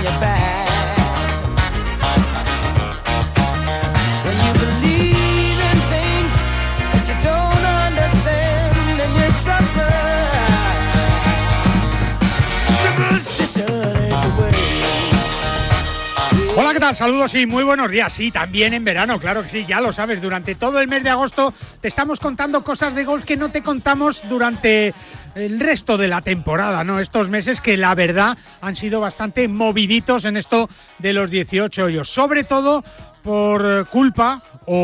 your backs. When you believe in things that you don't understand and you suffer. Superstition ain't the way. Hola, ¿qué tal? Saludos y muy buenos días. Sí, también en verano, claro que sí, ya lo sabes. Durante todo el mes de agosto te estamos contando cosas de golf que no te contamos durante el resto de la temporada, ¿no? Estos meses que la verdad han sido bastante moviditos en esto de los 18 hoyos. Sobre todo por culpa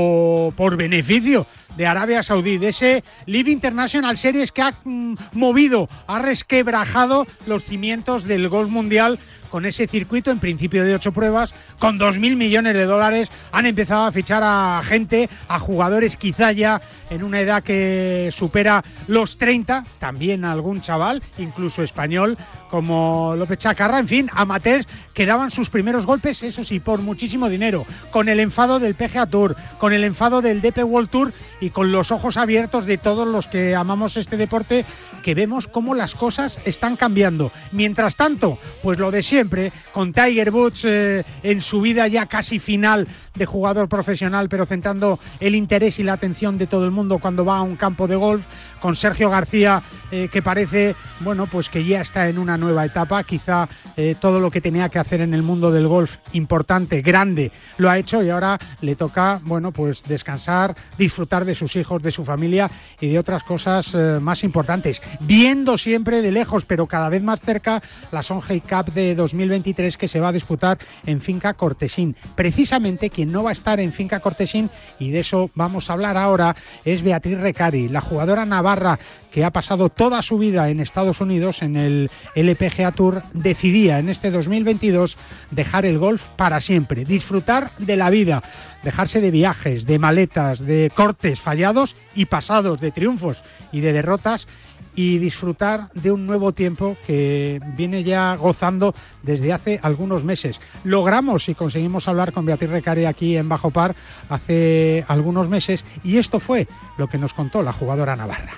o por beneficio de Arabia Saudí, de ese Live International Series que ha movido, ha resquebrajado los cimientos del golf mundial con ese circuito en principio de 8 pruebas, con 2.000 millones de dólares. Han empezado a fichar a gente, a jugadores quizá ya en una edad que supera los 30, también algún chaval, incluso español, como López Chacarra, en fin, amateurs que daban sus primeros golpes, eso sí, por muchísimo dinero, con el enfado del PGA Tour, con el enfado del DP World Tour y con los ojos abiertos de todos los que amamos este deporte, que vemos cómo las cosas están cambiando. Mientras tanto, pues lo de siempre, con Tiger Woods en su vida ya casi final de jugador profesional, pero centrando el interés y la atención de todo el mundo cuando va a un campo de golf, con Sergio García que parece, bueno, pues que ya está en una nueva etapa, quizá todo lo que tenía que hacer en el mundo del golf, importante, grande, lo ha hecho y ahora le toca, bueno, pues descansar, disfrutar de sus hijos, de su familia y de otras cosas más importantes, viendo siempre de lejos, pero cada vez más cerca, la Sonhei Cup de 2023 que se va a disputar en Finca Cortesín. Precisamente quien no va a estar en Finca Cortesín, y de eso vamos a hablar ahora, es Beatriz Recari, la jugadora navarra que ha pasado toda su vida en Estados Unidos en el LPGA Tour, decidía en este 2022 dejar el golf para siempre, disfrutar de la vida, dejarse de viajes, de maletas, de cortes fallados y pasados, de triunfos y de derrotas, y disfrutar de un nuevo tiempo que viene ya gozando desde hace algunos meses. Logramos y conseguimos hablar con Beatriz Recari aquí en Bajo Par hace algunos meses y esto fue lo que nos contó la jugadora navarra.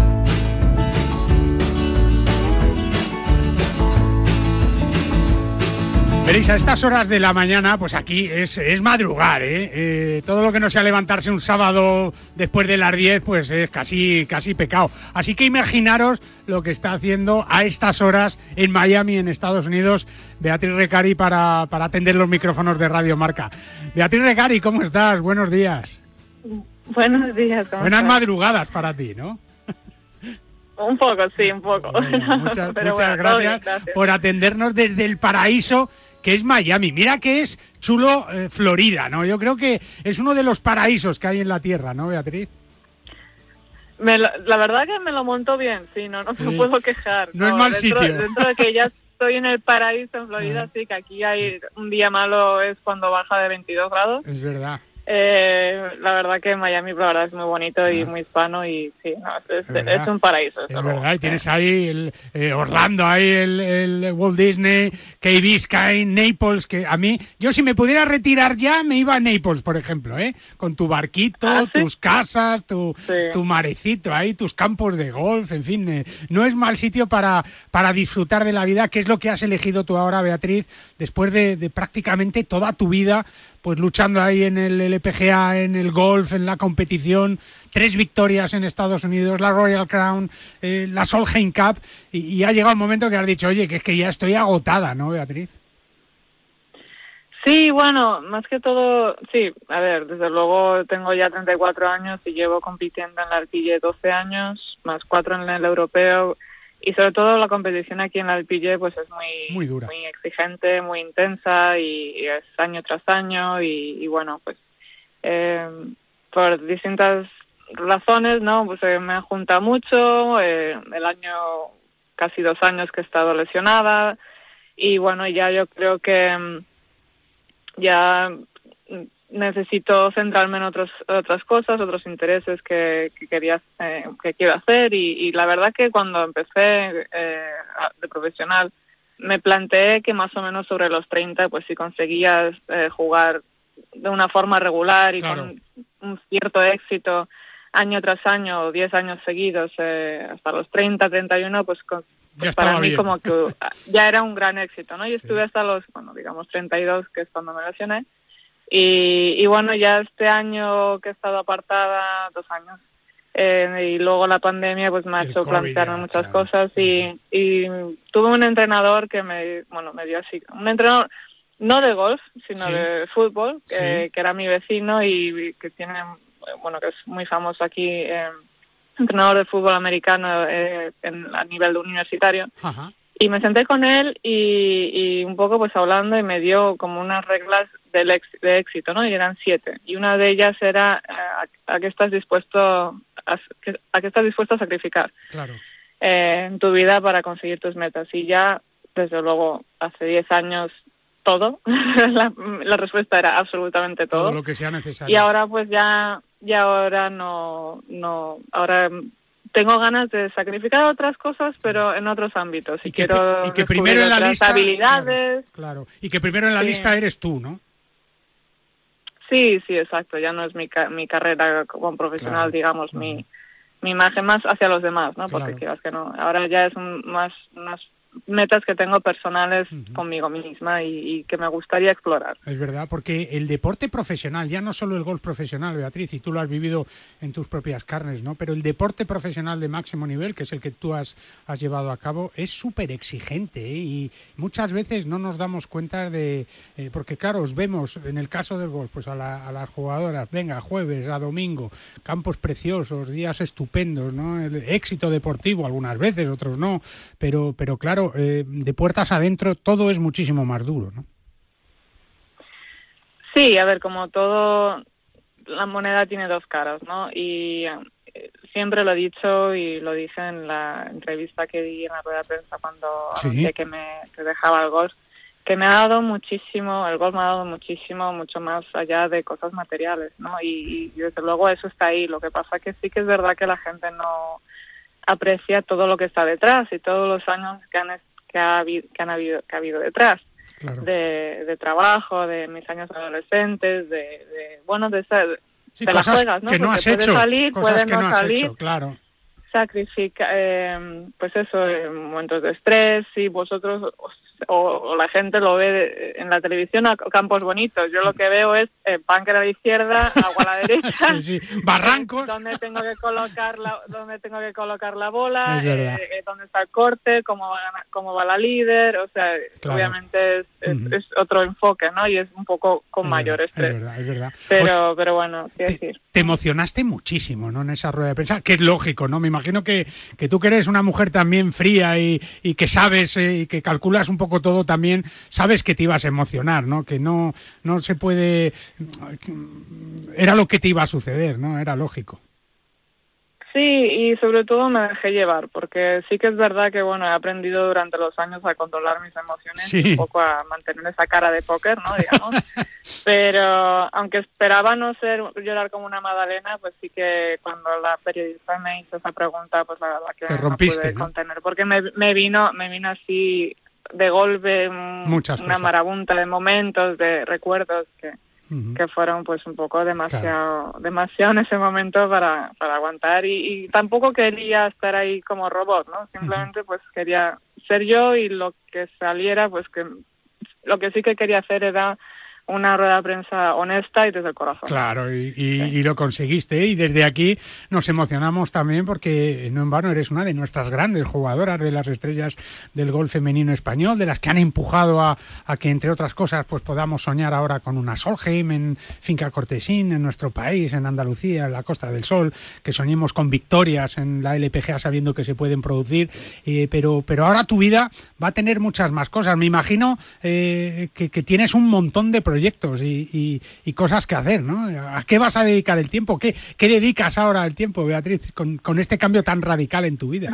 Veréis, a estas horas de la mañana, pues aquí es madrugar, ¿eh? Todo lo que no sea levantarse un sábado después de las 10, pues es casi pecado. Así que imaginaros lo que está haciendo a estas horas en Miami, en Estados Unidos, Beatriz Recari para atender los micrófonos de Radio Marca. Beatriz Recari, ¿cómo estás? Buenos días. Buenos días. Buenas madrugadas para ti, ¿no? Un poco, sí, un poco. Bueno, muchas gracias por atendernos desde el paraíso que es Miami. Mira que es chulo Florida, ¿no? Yo creo que es uno de los paraísos que hay en la tierra, ¿no, Beatriz? La verdad que me lo monto bien, sí, no me puedo quejar. No es mal sitio. Dentro de que ya estoy en el paraíso en Florida, sí, que aquí hay un día malo es cuando baja de 22 grados. Es verdad. La verdad que Miami, la verdad, es muy bonito y muy hispano y sí, es un paraíso. Es verdad, y tienes ahí Orlando, ahí el Walt Disney, Key Biscayne, Naples, que a mí, yo si me pudiera retirar ya, me iba a Naples, por ejemplo, con tu barquito, ¿sí? Tus casas, tu marecito ahí, tus campos de golf, en fin, no es mal sitio para disfrutar de la vida, que es lo que has elegido tú ahora, Beatriz, después de prácticamente toda tu vida, pues luchando ahí en el LPGA, en el golf, en la competición, 3 victorias en Estados Unidos, la Royal Crown, la Solheim Cup, y ha llegado el momento que has dicho, oye, que es que ya estoy agotada, ¿no, Beatriz? Sí, bueno, más que todo, sí, a ver, desde luego tengo ya 34 años y llevo compitiendo en la LPGA 12 años, más 4 en el europeo. Y sobre todo la competición aquí en la LPGA pues es muy dura, muy exigente, muy intensa y es año tras año y bueno, pues por distintas razones, ¿no? Pues me ha juntado mucho, el año, casi 2 años que he estado lesionada y bueno, ya yo creo que ya necesito centrarme en otras cosas, otros intereses que quiero hacer y la verdad que cuando empecé de profesional me planteé que más o menos sobre los 30 pues si conseguías jugar de una forma regular y con un cierto éxito año tras año, 10 años seguidos, hasta los 30, 31, pues para mí bien. Como que ya era un gran éxito, ¿no? Y estuve hasta los, digamos 32, que es cuando me lesioné. Y bueno, ya este año que he estado apartada, 2 años, y luego la pandemia pues me ha hecho plantearme muchas cosas y tuve un entrenador que me dio así, un entrenador no de golf, sino de fútbol, que era mi vecino y que tiene, que es muy famoso aquí, entrenador de fútbol americano a nivel universitario. Ajá. Y me senté con él y un poco pues hablando y me dio como unas reglas de éxito, ¿no? Y eran 7. Y una de ellas era a qué estás dispuesto a qué estás dispuesto a sacrificar en tu vida para conseguir tus metas. Y ya, desde luego, hace 10 años todo. la respuesta era absolutamente todo. Todo lo que sea necesario. Y ahora pues ahora no, ahora tengo ganas de sacrificar otras cosas, pero en otros ámbitos. Y que primero en la lista habilidades. Claro. Y que primero en la lista eres tú, ¿no? Sí, exacto. Ya no es mi carrera como profesional, digamos, mi imagen más hacia los demás, ¿no? Porque quieras que no. Ahora ya es más unas metas que tengo personales conmigo misma y que me gustaría explorar. Es verdad, porque el deporte profesional, ya no solo el golf profesional, Beatriz, y tú lo has vivido en tus propias carnes, ¿no? Pero el deporte profesional de máximo nivel, que es el que tú has llevado a cabo, es súper exigente, ¿eh? Y muchas veces no nos damos cuenta de... porque claro, os vemos, en el caso del golf, pues a las jugadoras, venga, jueves a domingo, campos preciosos, días estupendos, ¿no? El éxito deportivo, algunas veces, otros no, pero claro, de puertas adentro todo es muchísimo más duro, ¿no? Sí, a ver, como todo, la moneda tiene 2 caras, ¿no? Y siempre lo he dicho y lo dije en la entrevista que di en la rueda de prensa cuando anuncié que dejaba el golf, que me ha dado muchísimo, el golf me ha dado muchísimo, mucho más allá de cosas materiales, ¿no? Y desde luego eso está ahí. Lo que pasa que sí que es verdad que la gente no aprecia todo lo que está detrás y todos los años que ha habido detrás. Claro. De trabajo, de mis años adolescentes, de sí, de las juegas, ¿no? Que no has hecho, salir, cosas puede que no has salir, hecho, claro. Sacrifica, pues eso, momentos de estrés, y vosotros o la gente lo ve en la televisión a campos bonitos. Yo lo que veo es búnker a la izquierda, agua a la derecha, sí. Barrancos, donde tengo que colocar la bola, dónde está el corte, cómo va la líder, o sea, obviamente es otro enfoque, ¿no? Y es un poco con mayor estrés. Es verdad. Pero bueno, quiero decir. Te emocionaste muchísimo, ¿no? En esa rueda de prensa, que es lógico, ¿no? Me imagino que tú que eres una mujer también fría y que sabes y que calculas un poco todo también, sabes que te ibas a emocionar, ¿no? Que no se puede... Era lo que te iba a suceder, ¿no? Era lógico. Sí, y sobre todo me dejé llevar, porque sí que es verdad que, bueno, he aprendido durante los años a controlar mis emociones, un poco a mantener esa cara de póker, ¿no? Digamos. Pero aunque esperaba no llorar como una magdalena, pues sí que cuando la periodista me hizo esa pregunta, pues la verdad que te rompiste, no pude ¿no? contener, porque me vino así de golpe una marabunta de momentos, de recuerdos que fueron pues un poco demasiado en ese momento para aguantar, y tampoco quería estar ahí como robot, ¿no? Simplemente pues quería ser yo, y lo que saliera, pues que lo que sí que quería hacer era una rueda de prensa honesta y desde el corazón. Claro, y lo conseguiste, y desde aquí nos emocionamos también porque no en vano eres una de nuestras grandes jugadoras, de las estrellas del golf femenino español, de las que han empujado a que, entre otras cosas, pues podamos soñar ahora con una Solheim en Finca Cortesín, en nuestro país, en Andalucía, en la Costa del Sol, que soñemos con victorias en la LPGA sabiendo que se pueden producir, pero ahora tu vida va a tener muchas más cosas. Me imagino que tienes un montón de proyectos y cosas que hacer, ¿no? ¿A qué vas a dedicar el tiempo? ¿Qué dedicas ahora el tiempo, Beatriz, con este cambio tan radical en tu vida?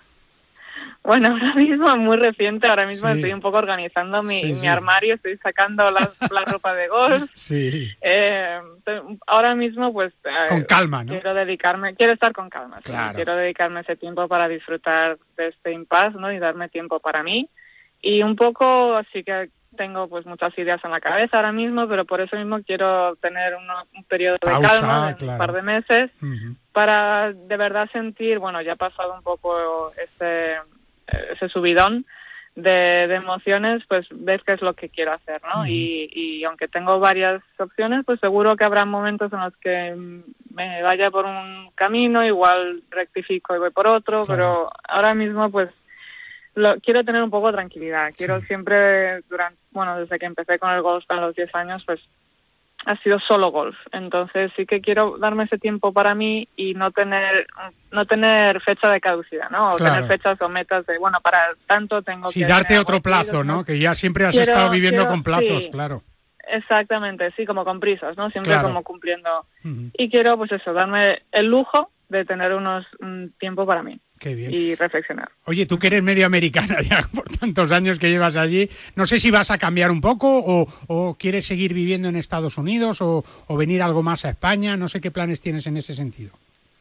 Bueno, ahora mismo, muy reciente, estoy un poco organizando mi armario, estoy sacando la ropa de golf. Sí. Ahora mismo, pues... con calma, ¿no? Quiero estar con calma. Claro. Sí. Quiero dedicarme ese tiempo para disfrutar de este impasse, ¿no? Y darme tiempo para mí. Y un poco, así que tengo pues muchas ideas en la cabeza ahora mismo, pero por eso mismo quiero tener un periodo de calma de un par de meses para de verdad sentir, bueno, ya ha pasado un poco ese subidón, de emociones, pues ves qué es lo que quiero hacer, ¿no? Y aunque tengo varias opciones, pues seguro que habrá momentos en los que me vaya por un camino, igual rectifico y voy por otro, pero ahora mismo pues quiero tener un poco de tranquilidad. Quiero siempre, desde que empecé con el golf a los 10 años, pues ha sido solo golf. Entonces sí que quiero darme ese tiempo para mí y no tener fecha de caducidad, ¿no? O tener fechas o metas de, para tanto tengo que... Sí, darte otro plazo, ¿no? Que ya siempre has estado viviendo con plazos, claro. Exactamente, sí, como con prisas, ¿no? Siempre como cumpliendo. Y quiero, pues eso, darme el lujo de tener un tiempo para mí. Qué bien. Y reflexionar. Oye, tú que eres medio americana ya por tantos años que llevas allí, no sé si vas a cambiar un poco o quieres seguir viviendo en Estados Unidos o venir algo más a España, no sé qué planes tienes en ese sentido.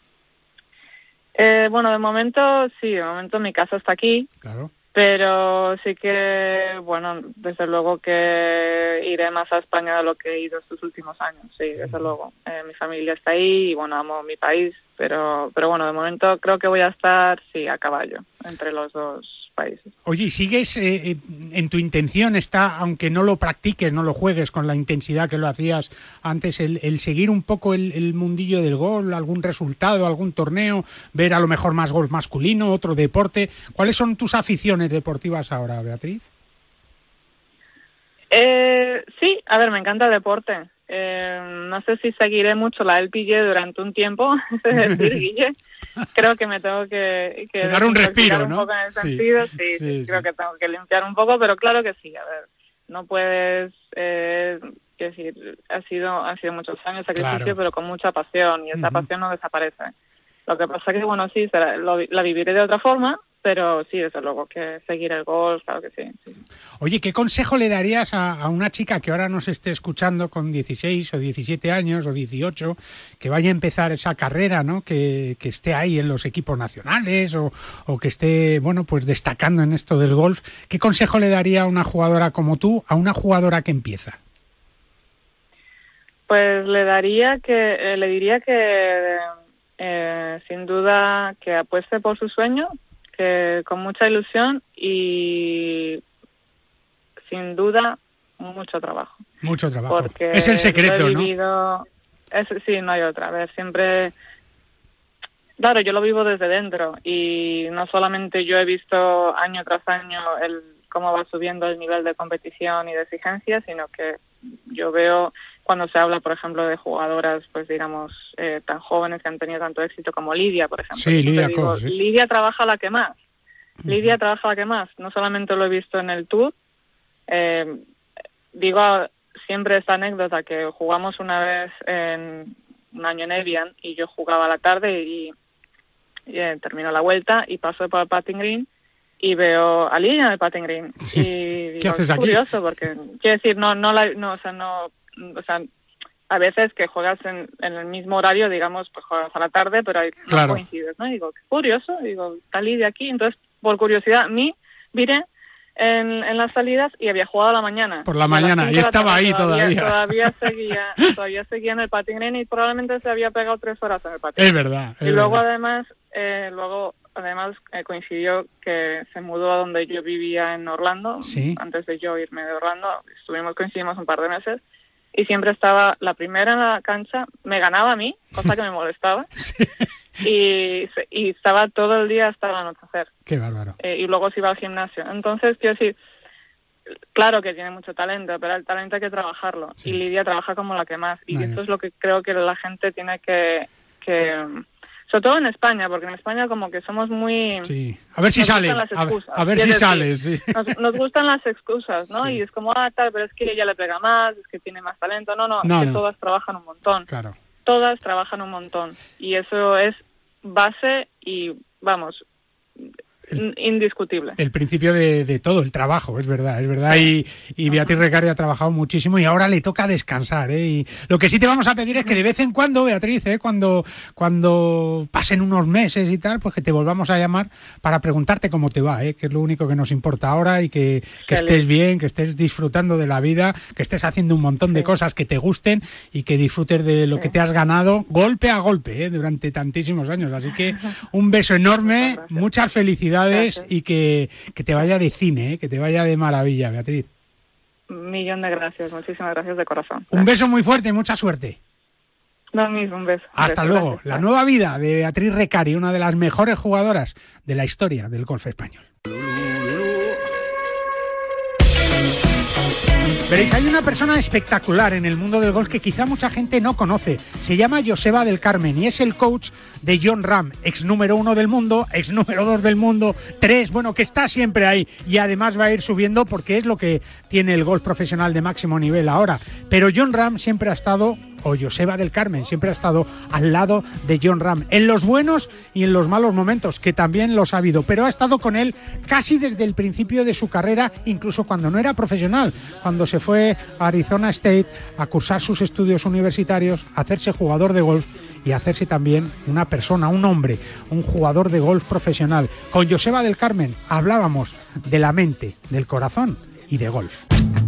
De momento mi casa está aquí. Claro. Pero sí que, desde luego que iré más a España de lo que he ido estos últimos años, sí, desde luego. Mi familia está ahí y, amo mi país, pero de momento creo que voy a estar, a caballo entre los dos países. Oye, ¿y sigues en tu intención está, aunque no lo practiques, no lo juegues con la intensidad que lo hacías antes, el seguir un poco el mundillo del golf, algún resultado, algún torneo, ver a lo mejor más golf masculino, otro deporte? ¿Cuáles son tus aficiones deportivas ahora, Beatriz? Sí, me encanta el deporte. No sé si seguiré mucho la LPGA durante un tiempo, es decir, Guille, creo que me tengo que dar un respiro, un ¿no? poco en el sentido, sí, creo que tengo que limpiar un poco, pero claro que sí, no puedes, decir, ha sido muchos años de sacrificio, pero con mucha pasión, y esa pasión no desaparece. Lo que pasa que, la viviré de otra forma, pero sí, desde luego que seguir el golf, claro que sí. Oye, ¿qué consejo le darías a una chica que ahora nos esté escuchando con 16 o 17 años o 18, que vaya a empezar esa carrera, ¿no? Que esté ahí en los equipos nacionales o que esté, pues destacando en esto del golf? ¿Qué consejo le daría a una jugadora como tú, a una jugadora que empieza? Pues le diría que sin duda que apueste por su sueño, que con mucha ilusión y sin duda mucho trabajo. Mucho trabajo. Porque es el secreto, ¿no? Sí, no hay otra. A ver, siempre... Claro, yo lo vivo desde dentro y no solamente yo he visto año tras año cómo va subiendo el nivel de competición y de exigencia, sino que yo veo cuando se habla, por ejemplo, de jugadoras, pues digamos, tan jóvenes que han tenido tanto éxito como Lidia, por ejemplo. Sí, Lidia Lidia trabaja la que más. Lidia trabaja la que más. No solamente lo he visto en el Tour. Digo siempre esta anécdota que jugamos una vez en un año en Evian y yo jugaba a la tarde y terminó la vuelta y paso por el putting green y veo a Lidia en el putting green. Sí. Y digo, ¿qué haces aquí? Curioso porque, quiero decir, a veces que juegas en el mismo horario, digamos, pues juegas a la tarde, pero ahí no coincides, ¿no? Y digo, qué curioso, está Lidia aquí. Entonces, por curiosidad, miré en las salidas y había jugado a la mañana. Por la mañana, y estaba ahí todavía. Todavía seguía en el putting green y probablemente se había pegado 3 horas en el putting. Es verdad. Y luego, además, coincidió que se mudó a donde yo vivía en Orlando. ¿Sí? Antes de yo irme de Orlando, coincidimos un par de meses y siempre estaba la primera en la cancha, me ganaba a mí, cosa que me molestaba. Sí. Y estaba todo el día hasta el anochecer. Qué bárbaro. Y luego se iba al gimnasio. Entonces, quiero decir, claro que tiene mucho talento, pero el talento hay que trabajarlo. Sí. Y Lidia trabaja como la que más. Y eso es lo que creo que la gente tiene que sobre todo en España, porque en España como que somos muy... Sí, a ver si sale, a ver si sale, sí. Nos gustan las excusas, ¿no? Sí. Y es como, tal, pero es que ella le pega más, es que tiene más talento. No, es que todas trabajan un montón. Claro. Todas trabajan un montón. Y eso es base y, indiscutible. El principio de todo, el trabajo, es verdad. Y Beatriz Recari ha trabajado muchísimo y ahora le toca descansar, ¿eh? Y lo que sí te vamos a pedir es que de vez en cuando, Beatriz, cuando pasen unos meses y tal, pues que te volvamos a llamar para preguntarte cómo te va, que es lo único que nos importa ahora y que estés bien, que estés disfrutando de la vida, que estés haciendo un montón de cosas que te gusten y que disfrutes de lo que te has ganado golpe a golpe, durante tantísimos años. Así que un beso enorme, muchas felicidades. felicidades. Gracias. Y que te vaya de cine, que te vaya de maravilla, Beatriz. Un millón de gracias, muchísimas gracias de corazón. Un beso muy fuerte y mucha suerte. Lo mismo, un beso. Hasta Un beso, luego. gracias. La nueva vida de Beatriz Recari, una de las mejores jugadoras de la historia del golf español. Veréis, hay una persona espectacular en el mundo del golf que quizá mucha gente no conoce. Se llama Joseba del Carmen y es el coach de Jon Rahm, ex número 1 del mundo, ex número 2 del mundo, 3, bueno, que está siempre ahí y además va a ir subiendo porque es lo que tiene el golf profesional de máximo nivel ahora. Pero Jon Rahm siempre ha estado, o Joseba del Carmen, siempre ha estado al lado de Jon Rahm, en los buenos y en los malos momentos, que también los ha habido, pero ha estado con él casi desde el principio de su carrera, incluso cuando no era profesional, cuando se fue a Arizona State a cursar sus estudios universitarios, a hacerse jugador de golf y a hacerse también una persona, un hombre, un jugador de golf profesional. Con Joseba del Carmen hablábamos de la mente, del corazón y de golf.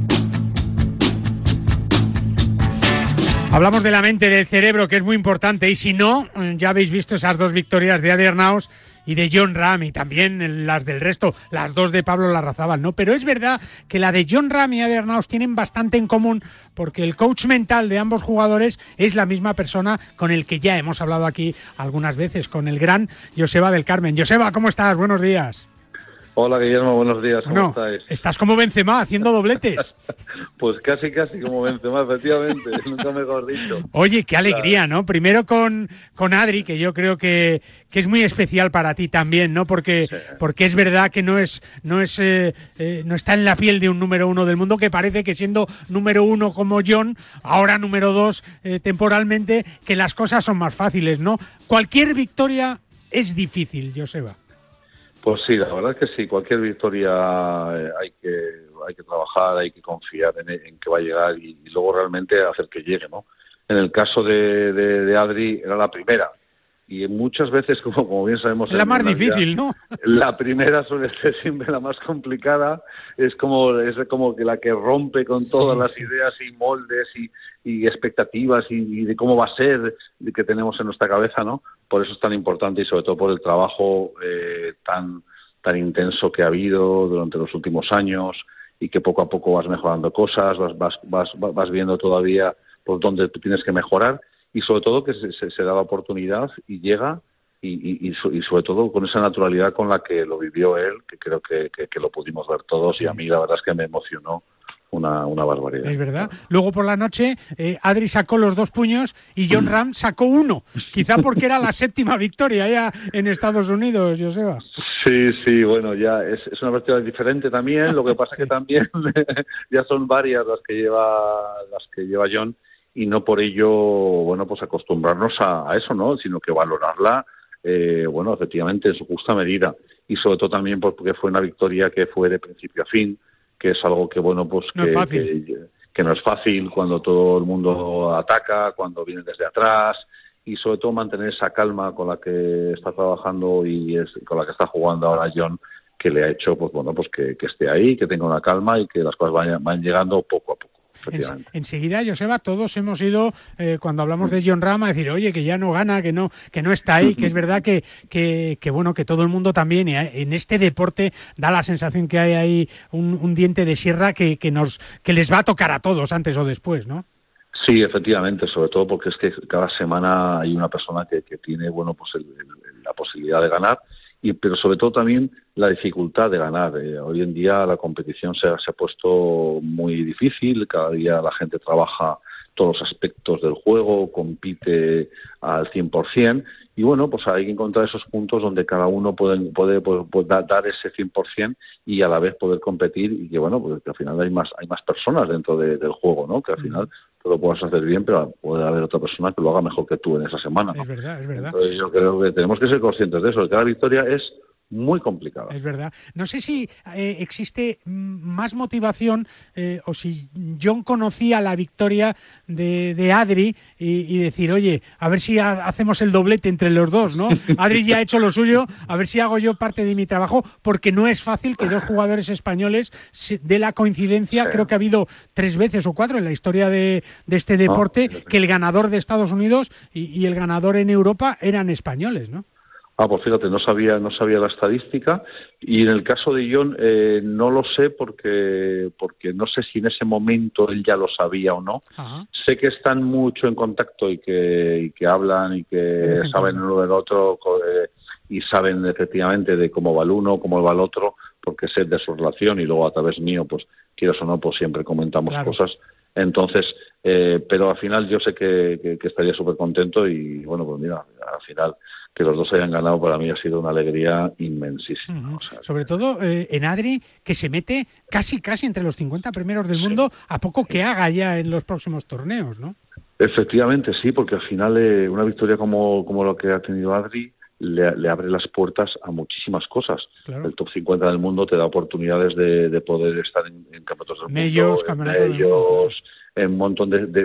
Hablamos de la mente, del cerebro, que es muy importante, y si no, ya habéis visto esas 2 victorias de Adi Arnaus y de Jon Rahm, y también las del resto, las 2 de Pablo Larrazábal, ¿no? Pero es verdad que la de Jon Rahm y Adi Arnaus tienen bastante en común, porque el coach mental de ambos jugadores es la misma persona con el que ya hemos hablado aquí algunas veces, con el gran Joseba del Carmen. Joseba, ¿cómo estás? Buenos días. Hola Guillermo, buenos días, ¿cómo estáis? Estás como Benzema, haciendo dobletes. Pues casi como Benzema, efectivamente, nunca mejor dicho. Oye, qué alegría, ¿no? Primero con Adri, que yo creo que es muy especial para ti también, ¿no? Porque es verdad que no está en la piel de un número 1 del mundo, que parece que siendo número 1 como Jon, ahora número 2 temporalmente, que las cosas son más fáciles, ¿no? Cualquier victoria es difícil, Joseba. Pues sí, la verdad es que sí, cualquier victoria hay que trabajar, hay que confiar en que va a llegar y luego realmente hacer que llegue, ¿no? En el caso de Adri era la primera y muchas veces, como bien sabemos... La más difícil, ¿no? La primera suele ser siempre la más complicada, es como que la que rompe con todas las ideas y moldes y expectativas y de cómo va a ser que tenemos en nuestra cabeza, ¿no? Por eso es tan importante y sobre todo por el trabajo tan intenso que ha habido durante los últimos años y que poco a poco vas mejorando cosas, vas viendo todavía por dónde tú tienes que mejorar y sobre todo que se da la oportunidad y llega y sobre todo con esa naturalidad con la que lo vivió él, que creo que lo pudimos ver todos y a mí la verdad es que me emocionó una barbaridad. Es verdad. Luego por la noche Adri sacó los 2 puños y Jon Rahm sacó 1, quizá porque era la 7ª victoria ya en Estados Unidos, Joseba. Sí, bueno, ya es una partida diferente también, lo que pasa que también ya son varias las que lleva Jon y no por ello, bueno, pues acostumbrarnos a eso, ¿no? Sino que valorarla, bueno, efectivamente en su justa medida y sobre todo también porque fue una victoria que fue de principio a fin, que es algo que, bueno, pues no es fácil. Que no es fácil cuando todo el mundo ataca, cuando viene desde atrás y sobre todo mantener esa calma con la que está trabajando y con la que está jugando ahora Jon, que le ha hecho, pues bueno, pues que esté ahí, que tenga una calma y que las cosas van llegando poco a poco. Enseguida, Joseba, todos hemos ido, cuando hablamos de Jon Rahm, a decir, oye, que ya no gana, que no está ahí, que es verdad que bueno, que todo el mundo también, y en este deporte da la sensación que hay ahí un diente de sierra que les va a tocar a todos antes o después, ¿no? Sí, efectivamente, sobre todo porque es que cada semana hay una persona que tiene, bueno, pues la posibilidad de ganar, pero sobre todo también la dificultad de ganar. Hoy en día la competición se ha puesto muy difícil, cada día la gente trabaja todos los aspectos del juego, compite al 100%, y bueno, pues hay que encontrar esos puntos donde cada uno puede dar ese 100% y a la vez poder competir y que bueno, pues que al final hay más personas dentro del juego, ¿no? Que al final tú lo puedas hacer bien, pero puede haber otra persona que lo haga mejor que tú en esa semana, ¿no? Es verdad. Entonces yo creo que tenemos que ser conscientes de eso, que cada victoria es muy complicada. Es verdad. No sé si existe más motivación o si Jon conocía la victoria de Adri y decir, oye, a ver si hacemos el doblete entre los dos, ¿no? Adri ya ha hecho lo suyo, a ver si hago yo parte de mi trabajo, porque no es fácil que 2 jugadores españoles de la coincidencia, sí. Creo que ha habido 3 veces o 4 en la historia de este deporte, que el ganador de Estados Unidos y el ganador en Europa eran españoles, ¿no? Pues fíjate, no sabía la estadística, y en el caso de Jon no lo sé porque no sé si en ese momento él ya lo sabía o no. Ajá. Sé que están mucho en contacto y que hablan y que saben el uno del otro y saben efectivamente de cómo va el uno, cómo va el otro, porque sé de su relación y luego a través mío, pues quieras o no, pues siempre comentamos cosas. Entonces, pero al final yo sé que estaría súper contento y bueno, pues mira, al final que los dos hayan ganado para mí ha sido una alegría inmensísima. O sea, sobre todo en Adri, que se mete casi entre los 50 primeros del mundo a poco que haga ya en los próximos torneos, ¿no? Efectivamente, sí, porque al final una victoria como lo que ha tenido Adri le abre las puertas a muchísimas cosas. Claro. El top 50 del mundo te da oportunidades de poder estar en campeonatos del mundo, en un montón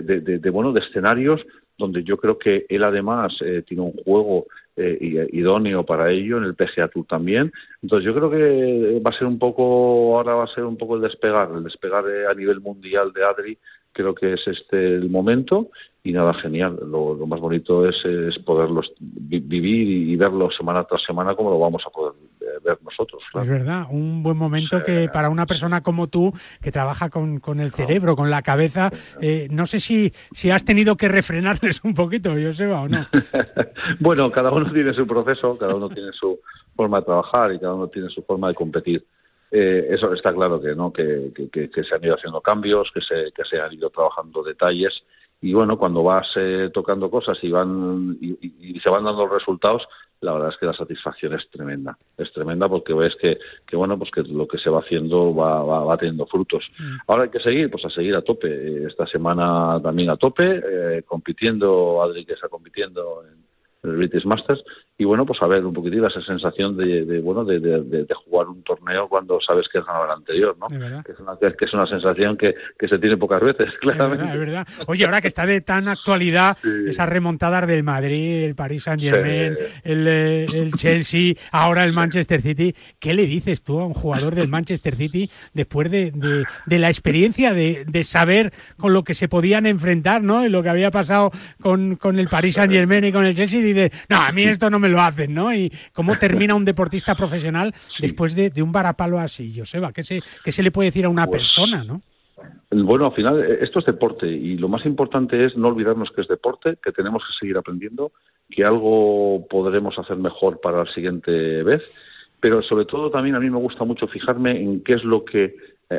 de escenarios donde yo creo que él además tiene un juego idóneo para ello, en el PGA Tour también. Entonces yo creo que va a ser un poco el despegar a nivel mundial de Adri. Creo que es el momento y nada, genial. Lo más bonito es poderlos vivir y verlo semana tras semana como lo vamos a poder ver nosotros. Claro. Es verdad, un buen momento que para una persona como tú, que trabaja con el cerebro, con la cabeza, no sé si has tenido que refrenarles un poquito, Joseba, o no. Bueno, cada uno tiene su proceso, cada uno tiene su forma de trabajar y cada uno tiene su forma de competir. Eso está claro que no, que se han ido haciendo cambios, que se han ido trabajando detalles y bueno, cuando vas tocando cosas y se van dando los resultados, la verdad es que la satisfacción es tremenda porque ves que bueno, pues que lo que se va haciendo va teniendo frutos. Ahora hay que seguir, pues a seguir a tope. Esta semana también a tope, compitiendo, Adri que está compitiendo en el British Masters, y bueno, pues a ver un poquitín esa sensación de jugar un torneo cuando sabes que has ganado el anterior, ¿no? Que es una sensación que se tiene pocas veces, claramente. Es verdad. Oye, ahora que está de tan actualidad, esas remontadas del Madrid, el Paris Saint-Germain, el Chelsea, ahora el Manchester City, ¿qué le dices tú a un jugador del Manchester City después de la experiencia de saber con lo que se podían enfrentar, ¿no? Y lo que había pasado con el Paris Saint-Germain y con el Chelsea, y dices, no, a mí esto no me lo hacen, ¿no? Y cómo termina un deportista profesional después de un varapalo así, Joseba, ¿qué se le puede decir a una persona, no? Bueno, al final esto es deporte y lo más importante es no olvidarnos que es deporte, que tenemos que seguir aprendiendo, que algo podremos hacer mejor para la siguiente vez, pero sobre todo también a mí me gusta mucho fijarme en qué es lo que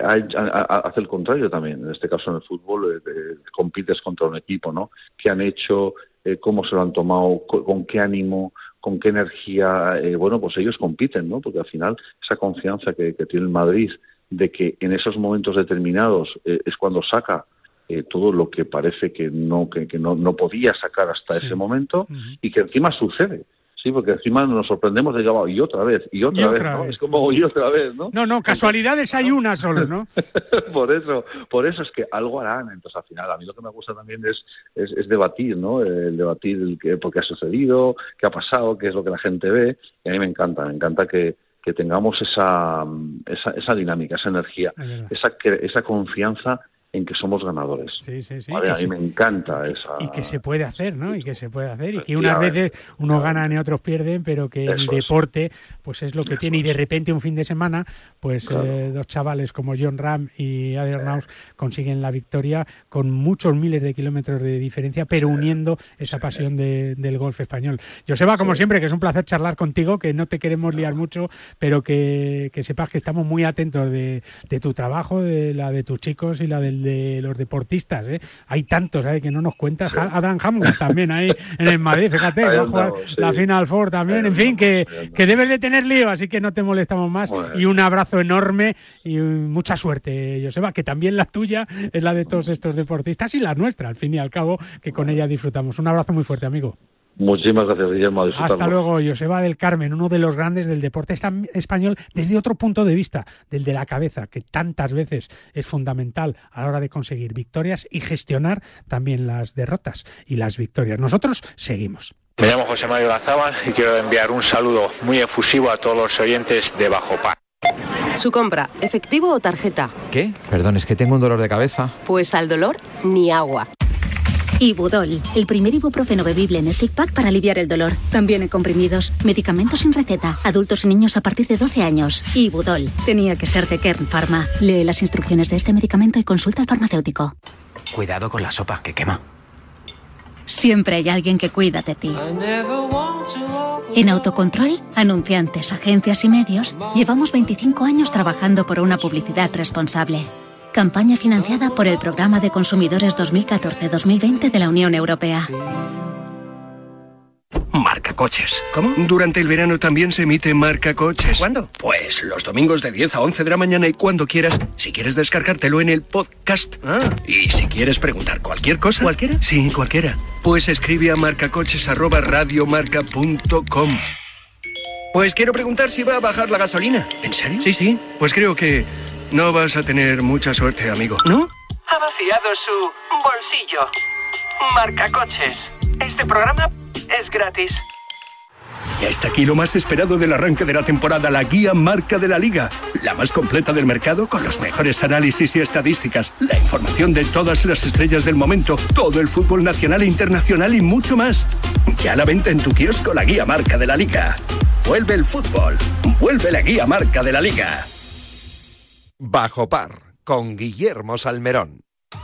hace el contrario también. En este caso en el fútbol compites contra un equipo, ¿no? ¿Qué han hecho? ¿Cómo se lo han tomado? ¿Con qué ánimo? ¿Con qué energía? Bueno, pues ellos compiten, ¿no? Porque al final esa confianza que tiene el Madrid de que en esos momentos determinados es cuando saca todo lo que parece que no podía sacar hasta ese momento y que encima sucede. Sí, porque encima nos sorprendemos de que y otra vez, ¿no? Es como y otra vez, ¿no? No, casualidades hay una solo, ¿no? Por eso es que algo harán. Entonces, al final, a mí lo que me gusta también es debatir, ¿no? El debatir por qué ha sucedido, qué ha pasado, qué es lo que la gente ve. Y a mí me encanta que tengamos esa dinámica, esa energía, esa confianza en que somos ganadores. Sí. ¿Vale? A mí me encanta esa... Y que se puede hacer, ¿no? Y que se puede hacer. Y que unas veces unos ganan y otros pierden, pero que el deporte pues es lo que tiene. Y de repente un fin de semana, pues dos chavales como Jon Rahm y Adri Arnaus consiguen la victoria con muchos miles de kilómetros de diferencia, pero uniendo esa pasión del golf español. Joseba, como siempre, que es un placer charlar contigo, que no te queremos liar mucho, pero que sepas que estamos muy atentos de tu trabajo, de la de tus chicos y la de los deportistas, ¿eh? Hay tantos que no nos cuentas. Adam Hamlin también ahí en el Madrid, fíjate, va a jugar la Final Four también. En fin, que debes de tener lío, así que no te molestamos más. Y un abrazo enorme y mucha suerte, Joseba, que también la tuya es la de todos estos deportistas y la nuestra, al fin y al cabo, que con ella disfrutamos. Un abrazo muy fuerte, amigo. Muchísimas gracias, Guillermo. Hasta luego, Joseba del Carmen, uno de los grandes del deporte español desde otro punto de vista, del de la cabeza, que tantas veces es fundamental a la hora de conseguir victorias y gestionar también las derrotas y las victorias. Nosotros seguimos. Me llamo José Mario Lazábal y quiero enviar un saludo muy efusivo a todos los oyentes de Bajo Par. ¿Su compra, efectivo o tarjeta? ¿Qué? Perdón, es que tengo un dolor de cabeza. Pues al dolor, ni agua. Ibudol, el primer ibuprofeno bebible en stick pack para aliviar el dolor. También en comprimidos, medicamentos sin receta, adultos y niños a partir de 12 años. Ibudol, tenía que ser de Kern Pharma. Lee las instrucciones de este medicamento y consulta al farmacéutico. Cuidado con la sopa, que quema. Siempre hay alguien que cuida de ti. En Autocontrol, anunciantes, agencias y medios, llevamos 25 años trabajando por una publicidad responsable. Campaña financiada por el Programa de Consumidores 2014-2020 de la Unión Europea. Marca Coches. ¿Cómo? Durante el verano también se emite Marca Coches. ¿Cuándo? Pues los domingos de 10 a 11 de la mañana y cuando quieras. Si quieres descargártelo en el podcast. Y si quieres preguntar cualquier cosa. ¿Cualquiera? Sí, cualquiera. Pues escribe a marcacoches@radiomarca.com. Pues quiero preguntar si va a bajar la gasolina. ¿En serio? Sí. Pues creo que no vas a tener mucha suerte, amigo. ¿No? Ha vaciado su bolsillo. Marca Coches. Este programa es gratis. Ya está aquí lo más esperado del arranque de la temporada, la guía Marca de la Liga. La más completa del mercado, con los mejores análisis y estadísticas, la información de todas las estrellas del momento, todo el fútbol nacional e internacional y mucho más. Ya a la venta en tu kiosco, la guía Marca de la Liga. Vuelve el fútbol, vuelve la guía Marca de la Liga. Bajo Par, con Guillermo Salmerón.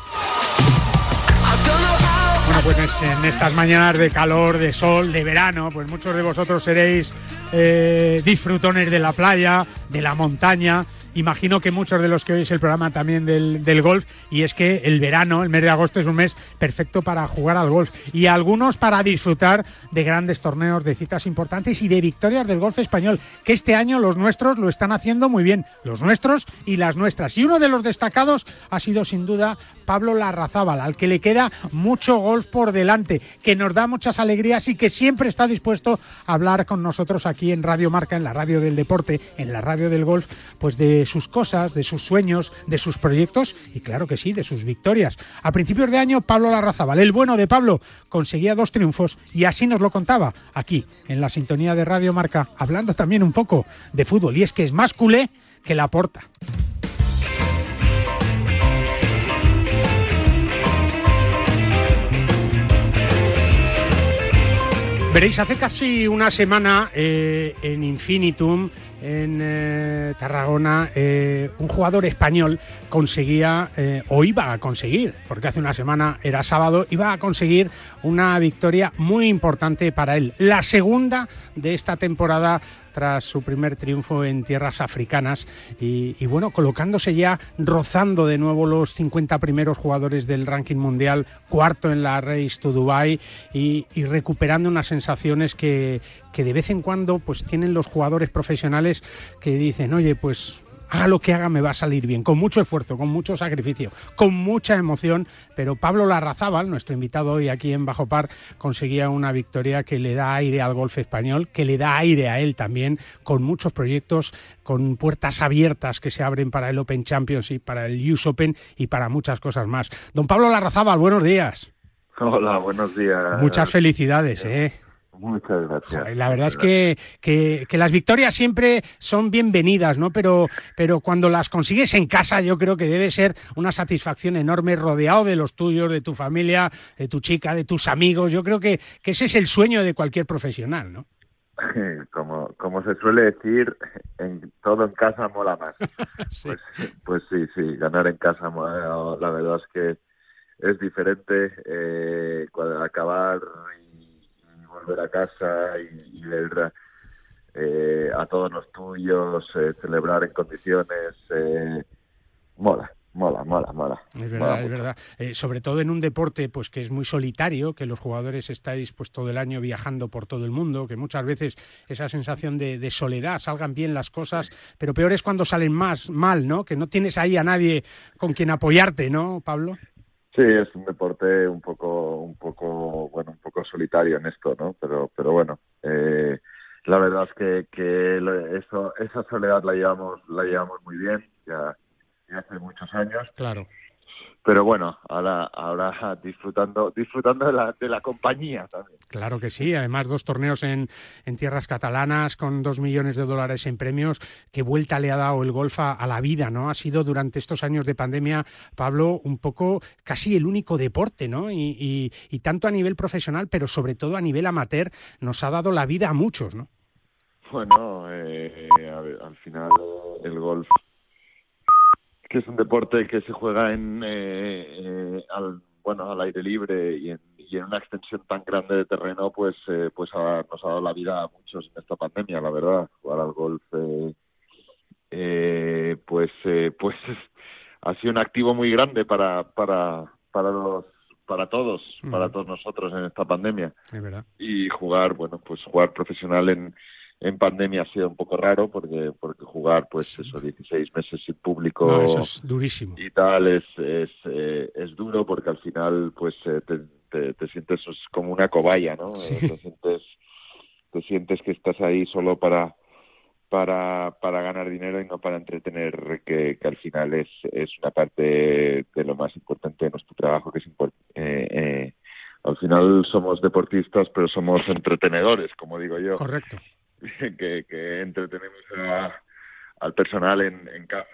Bueno, pues en estas mañanas de calor, de sol, de verano, pues muchos de vosotros seréis disfrutones de la playa, de la montaña. Imagino que muchos de los que oís el programa también del golf, y es que el verano, el mes de agosto, es un mes perfecto para jugar al golf y algunos para disfrutar de grandes torneos, de citas importantes y de victorias del golf español, que este año los nuestros lo están haciendo muy bien, los nuestros y las nuestras. Y uno de los destacados ha sido sin duda Pablo Larrazábal, al que le queda mucho golf por delante, que nos da muchas alegrías y que siempre está dispuesto a hablar con nosotros aquí en Radio Marca, en la radio del deporte, en la radio del golf, pues de sus cosas, de sus sueños, de sus proyectos y claro que sí, de sus victorias. A principios de año, Pablo Larrazábal, el bueno de Pablo, conseguía 2 triunfos y así nos lo contaba aquí en la sintonía de Radio Marca, hablando también un poco de fútbol, y es que es más culé que Laporta. Veréis, hace casi una semana en Infinitum, en Tarragona, un jugador español conseguía, o iba a conseguir, porque hace una semana era sábado, iba a conseguir una victoria muy importante para él. La segunda de esta temporada tras su primer triunfo en tierras africanas y bueno, colocándose ya, rozando de nuevo los 50 primeros jugadores del ranking mundial, cuarto en la Race to Dubai y recuperando unas sensaciones que de vez en cuando pues tienen los jugadores profesionales que dicen, oye, pues haga lo que haga me va a salir bien, con mucho esfuerzo, con mucho sacrificio, con mucha emoción, pero Pablo Larrazábal, nuestro invitado hoy aquí en Bajo Par, conseguía una victoria que le da aire al golf español, que le da aire a él también, con muchos proyectos, con puertas abiertas que se abren para el Open Championship, para el US Open y para muchas cosas más. Don Pablo Larrazábal, buenos días. Hola, buenos días. Muchas felicidades, Muchas gracias. La verdad es que las victorias siempre son bienvenidas, ¿no? Pero cuando las consigues en casa, yo creo que debe ser una satisfacción enorme, rodeado de los tuyos, de tu familia, de tu chica, de tus amigos. Yo creo que ese es el sueño de cualquier profesional, ¿no? Como se suele decir, todo en casa mola más. Sí. Pues sí, ganar en casa mola. La verdad es que es diferente acabar volver a casa y ver a todos los tuyos, celebrar en condiciones, mola. Es verdad. Sobre todo en un deporte pues que es muy solitario, que los jugadores estáis pues todo el año viajando por todo el mundo, que muchas veces esa sensación de soledad, salgan bien las cosas, pero peor es cuando salen mal, ¿no? Que no tienes ahí a nadie con quien apoyarte, ¿no, Pablo? Sí, es un deporte un poco solitario en esto, ¿no? Pero bueno, la verdad es que esa soledad la llevamos muy bien, ya hace muchos años. Claro. Pero bueno, ahora disfrutando de la compañía también. Claro que sí, además 2 torneos en tierras catalanas con $2 millones en premios. Qué vuelta le ha dado el golf a la vida, ¿no? Ha sido durante estos años de pandemia, Pablo, un poco casi el único deporte, ¿no? Y tanto a nivel profesional, pero sobre todo a nivel amateur, nos ha dado la vida a muchos, ¿no? Bueno, al final el golf, que es un deporte que se juega al aire libre y en una extensión tan grande de terreno, pues nos ha dado la vida a muchos en esta pandemia, la verdad. Jugar al golf pues ha sido un activo muy grande para todos nosotros en esta pandemia. Es verdad. Y jugar profesional en pandemia ha sido un poco raro porque jugar pues esos 16 meses sin público, no, eso es durísimo, y tal es duro, porque al final pues te sientes como una cobaya, ¿no? Sí. Te sientes que estás ahí solo para ganar dinero y no para entretener, que al final es una parte de lo más importante de nuestro trabajo, que es al final somos deportistas, pero somos entretenedores, como digo yo. Correcto. Que entretenemos al personal en casa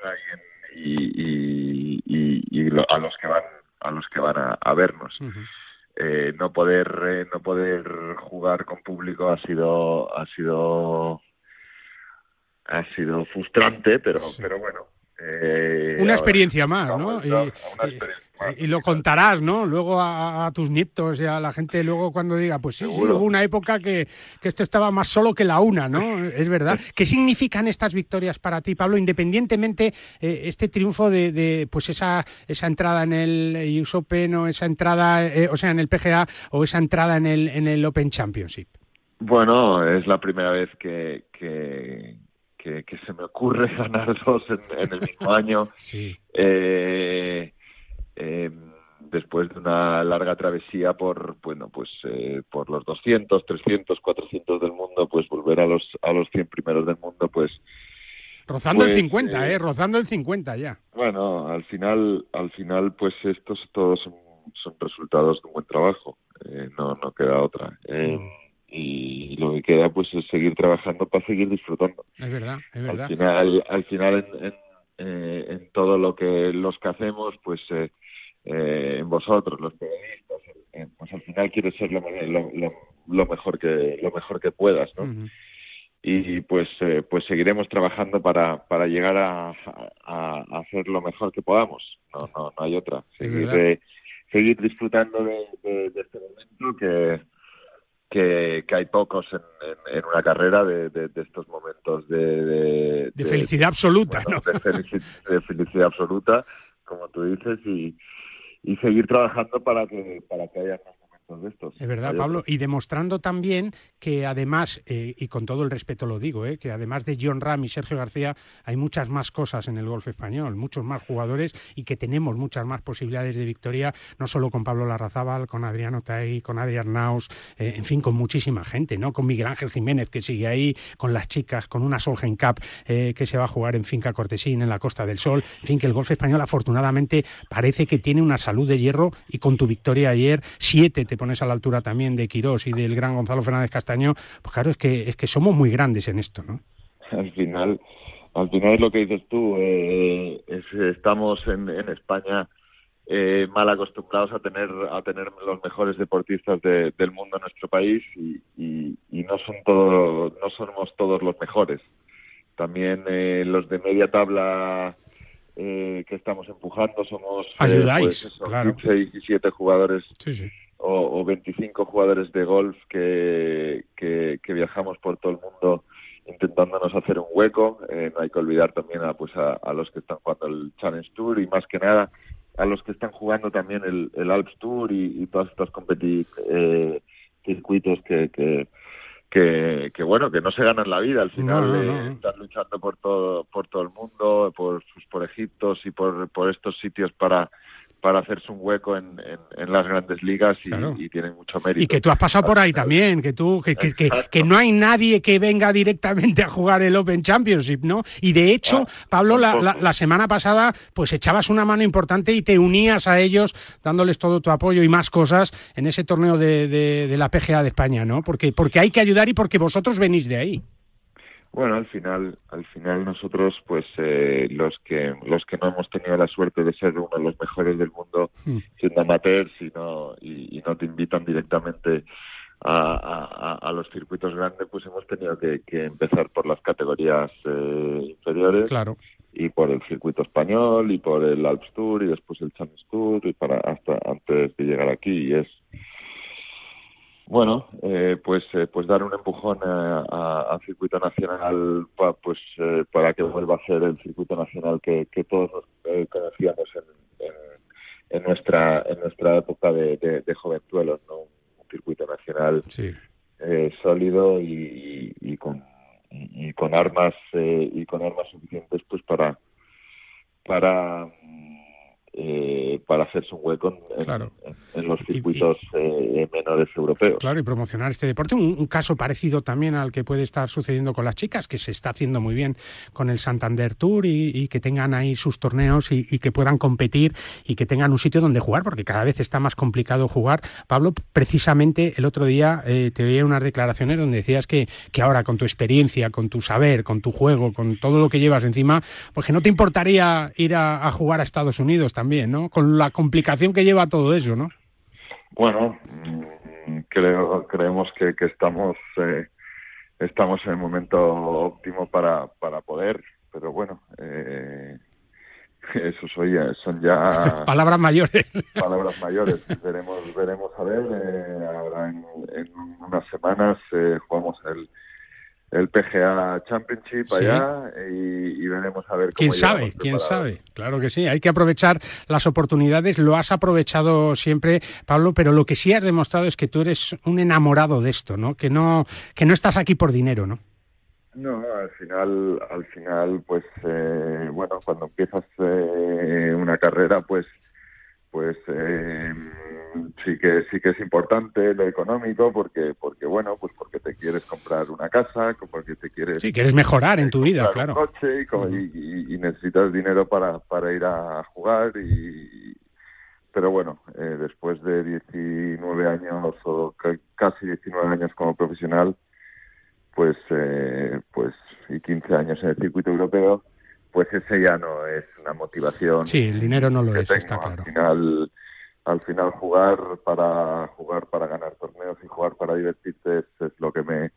y a los que van a vernos. Uh-huh. No poder jugar con público ha sido frustrante, pero bueno. Una experiencia más, ¿no? Y lo contarás, ¿no? Luego a tus nietos y a la gente luego cuando diga, pues sí, hubo una época que esto estaba más solo que la una, ¿no? Es verdad. ¿Qué significan estas victorias para ti, Pablo? Independientemente este triunfo de pues esa entrada en el US Open o esa entrada, en el PGA o esa entrada en el Open Championship. Bueno, es la primera vez que se me ocurre ganar 2 en el mismo año. Sí. Después de una larga travesía por los 200, 300, 400 del mundo, pues volver a los 100 primeros del mundo, pues rozando el 50, rozando el 50 ya. Bueno, al final pues estos todos son resultados de un buen trabajo, no queda otra. Y lo que queda pues es seguir trabajando para seguir disfrutando. Es verdad. Al final en todo los que hacemos, pues en vosotros, los periodistas, pues al final quieres ser lo mejor que puedas, ¿no? Uh-huh. Y pues seguiremos trabajando para llegar a hacer lo mejor que podamos. No hay otra. Seguir disfrutando de este momento que hay pocos en una carrera de estos momentos de felicidad absoluta, bueno, ¿no? de felicidad absoluta, como tú dices, y seguir trabajando para que haya más momentos de estos. Es verdad, Pablo, y demostrando también que además, y con todo el respeto lo digo, que además de Jon Rahm y Sergio García hay muchas más cosas en el golf español, muchos más jugadores y que tenemos muchas más posibilidades de victoria, no solo con Pablo Larrazábal, con Adrián Otay, con Adrián Naus, en fin, con muchísima gente, ¿no? Con Miguel Ángel Jiménez, que sigue ahí, con las chicas, con una Solheim Cup que se va a jugar en Finca Cortesín, en la Costa del Sol. En fin, que el golf español afortunadamente parece que tiene una salud de hierro, y con tu victoria ayer, 7 te pones a la altura también de Quirós y del gran Gonzalo Fernández Castaño. Pues claro, es que somos muy grandes en esto, ¿no? Al final es lo que dices tú, estamos en España mal acostumbrados a tener los mejores deportistas del mundo en nuestro país, y no somos todos los mejores. También los de media tabla que estamos empujando somos ayudáis, claro, 15 y 17 jugadores. Sí. O 25 jugadores de golf que viajamos por todo el mundo intentándonos hacer un hueco. No hay que olvidar también a los que están jugando el Challenge Tour, y más que nada a los que están jugando también el Alps Tour y todas estas circuitos que no se ganan la vida al final. No. Están luchando por todo el mundo, por Egiptos y por estos sitios para hacerse un hueco en las grandes ligas y tienen mucho mérito. Y que tú has pasado por ahí también, que no hay nadie que venga directamente a jugar el Open Championship, ¿no? Y de hecho, Pablo, la semana pasada pues echabas una mano importante y te unías a ellos dándoles todo tu apoyo y más cosas en ese torneo de la PGA de España, ¿no? Porque hay que ayudar y porque vosotros venís de ahí. Bueno, al final nosotros, pues los que no hemos tenido la suerte de ser uno de los mejores del mundo siendo amateurs y no te invitan directamente a los circuitos grandes, pues hemos tenido que empezar por las categorías inferiores, claro, y por el circuito español y por el Alps Tour y después el Challenge Tour y hasta antes de llegar aquí. Y es bueno, pues dar un empujón al circuito nacional para que vuelva a ser el circuito nacional que todos conocíamos en nuestra época de jovenzuelos, ¿no? Un circuito nacional sólido y con armas suficientes pues para hacerse un hueco en los circuitos menores europeos. Claro, y promocionar este deporte. Un caso parecido también al que puede estar sucediendo con las chicas, que se está haciendo muy bien con el Santander Tour y que tengan ahí sus torneos y que puedan competir y que tengan un sitio donde jugar, porque cada vez está más complicado jugar. Pablo, precisamente el otro día te oía unas declaraciones donde decías que ahora con tu experiencia, con tu saber, con tu juego, con todo lo que llevas encima, pues que no te importaría ir a jugar a Estados Unidos también, ¿no? Con la complicación que lleva todo eso, ¿no? Bueno, creemos que estamos en el momento óptimo para poder, pero bueno, eso son ya palabras mayores. Palabras mayores. Veremos a ver. Ahora en unas semanas jugamos el PGA Championship allá y veremos a ver cómo ¿Quién sabe? Claro que sí, hay que aprovechar las oportunidades, lo has aprovechado siempre, Pablo, pero lo que sí has demostrado es que tú eres un enamorado de esto, ¿no? Que no estás aquí por dinero, ¿no? No, al final pues bueno, cuando empiezas una carrera pues sí que es importante lo económico porque bueno, pues porque te quieres comprar una casa, porque te quieres mejorar en tu vida, claro, un coche y necesitas dinero para ir a jugar pero bueno, después de 19 años o casi 19 años como profesional, pues y 15 años en el circuito europeo, pues ese ya no es una motivación. Sí, el dinero no lo es, está claro. Al final jugar para ganar torneos y jugar para divertirte es lo que me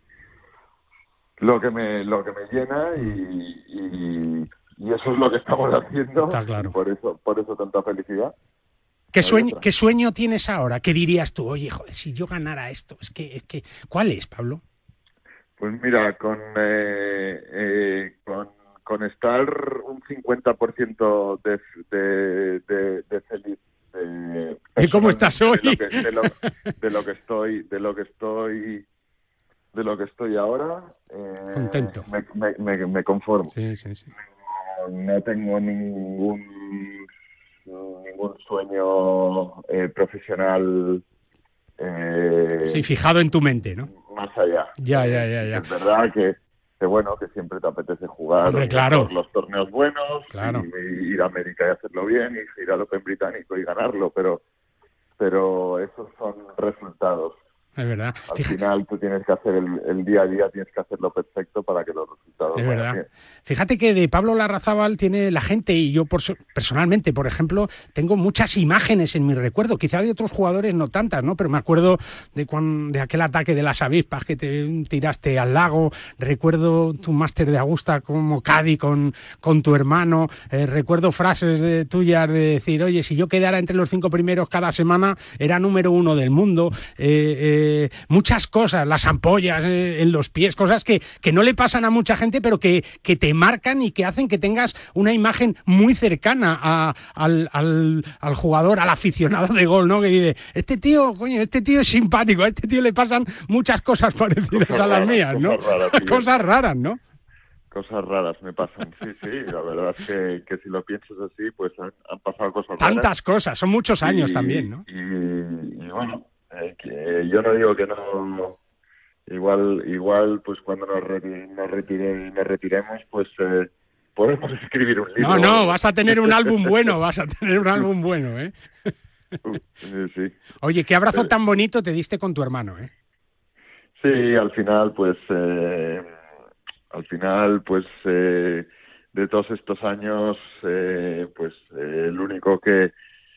llena y eso es lo que estamos haciendo. Está claro. Por eso tanta felicidad. ¿Qué sueño tienes ahora? ¿Qué dirías tú? Oye, joder, si yo ganara esto, es que ¿cuál es, Pablo? Pues mira, con estar un 50% de feliz. ¿Y cómo estás hoy? De lo que estoy ahora. Contento. Me conformo. Sí. No tengo ningún sueño profesional. Fijado en tu mente, ¿no? Más allá. Ya. Es verdad que bueno, que siempre te apetece jugar. Hombre, claro. Los torneos buenos, claro. Y ir a América y hacerlo bien, y ir al Open británico y ganarlo, pero esos son resultados. Es verdad. Al final tú tienes que hacer el día a día, tienes que hacerlo perfecto para que los resultados es vayan verdad. bien. Fíjate que de Pablo Larrazábal tiene la gente, y yo personalmente, por ejemplo, tengo muchas imágenes en mi recuerdo, quizá de otros jugadores no tantas, ¿no? Pero me acuerdo de aquel ataque de las avispas que te tiraste al lago, recuerdo tu máster de Augusta como Caddy con tu hermano, recuerdo frases tuyas de decir, oye, si yo quedara entre los 5 primeros cada semana, era número 1 del mundo, muchas cosas, las ampollas en los pies, cosas que no le pasan a mucha gente, pero que te marcan y que hacen que tengas una imagen muy cercana al jugador, al aficionado de golf, ¿no? Que dice, este tío es simpático, a este tío le pasan muchas cosas parecidas a las mías, ¿no? Cosas raras, ¿no? Cosas raras me pasan, sí, la verdad es que si lo piensas así, pues han pasado cosas raras. Tantas cosas, son muchos años también, ¿no? Y bueno, que yo no digo que no, igual pues cuando nos retiremos, pues podemos escribir un libro. No, vas a tener un álbum bueno, ¿eh? Sí. Oye, qué abrazo tan bonito te diste con tu hermano, ¿eh? Sí, al final, pues de todos estos años, pues el único que,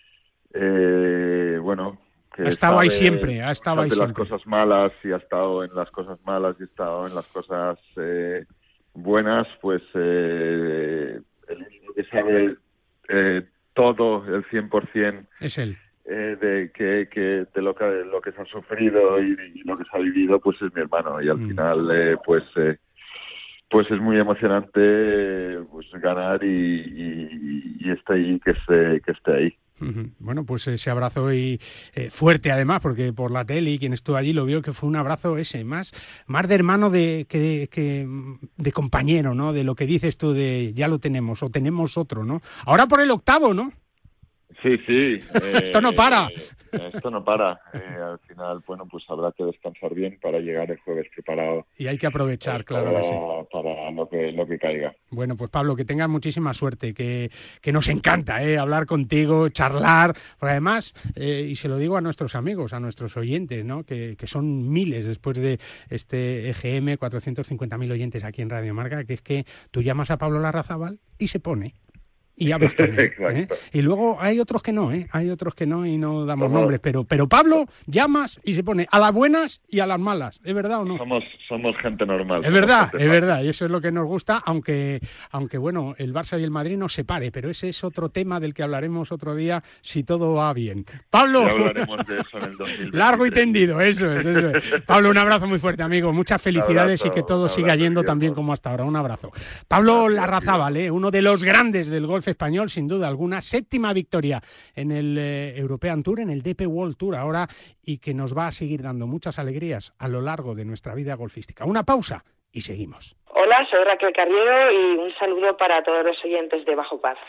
que ha estado ahí siempre, las cosas malas y ha estado en las cosas malas y ha estado en las cosas buenas, pues el único que sabe todo, el 100%, es él. De lo que se ha sufrido y lo que se ha vivido, pues es mi hermano, y al final pues es muy emocionante pues ganar y que esté ahí. Bueno, pues ese abrazo y fuerte además, porque por la tele y quien estuvo allí lo vio que fue un abrazo ese, más de hermano que de compañero, ¿no? De lo que dices tú de ya lo tenemos o tenemos otro, ¿no? Ahora por el 8º, ¿no? Sí. Esto no para. Esto no para. Al final, bueno, pues habrá que descansar bien para llegar el jueves preparado. Y hay que aprovechar, claro que sí. Para lo que caiga. Bueno, pues Pablo, que tengas muchísima suerte, que nos encanta hablar contigo, charlar, porque además, y se lo digo a nuestros amigos, a nuestros oyentes, ¿no? Que son miles después de este EGM, 450.000 oyentes aquí en Radio Marca, que es que tú llamas a Pablo Larrazábal y se pone. Y hablas con él, Y luego hay otros que no, hay otros que no y no damos nombres, pero Pablo llamas y se pone a las buenas y a las malas, ¿es verdad o no? Somos gente normal. Es verdad, y eso es lo que nos gusta, aunque bueno, el Barça y el Madrid nos separe, pero ese es otro tema del que hablaremos otro día si todo va bien. Pablo, ya hablaremos de eso en el 2023. Largo y tendido, eso es. Pablo, un abrazo muy fuerte, amigo, muchas felicidades y que todo siga yendo tan bien como hasta ahora, un abrazo. Pablo Larrazábal, uno de los grandes del golf español, sin duda alguna, 7ª victoria en el European Tour, en el DP World Tour ahora, y que nos va a seguir dando muchas alegrías a lo largo de nuestra vida golfística. Una pausa y seguimos. Hola, soy Raquel Carriero y un saludo para todos los oyentes de Bajo Par.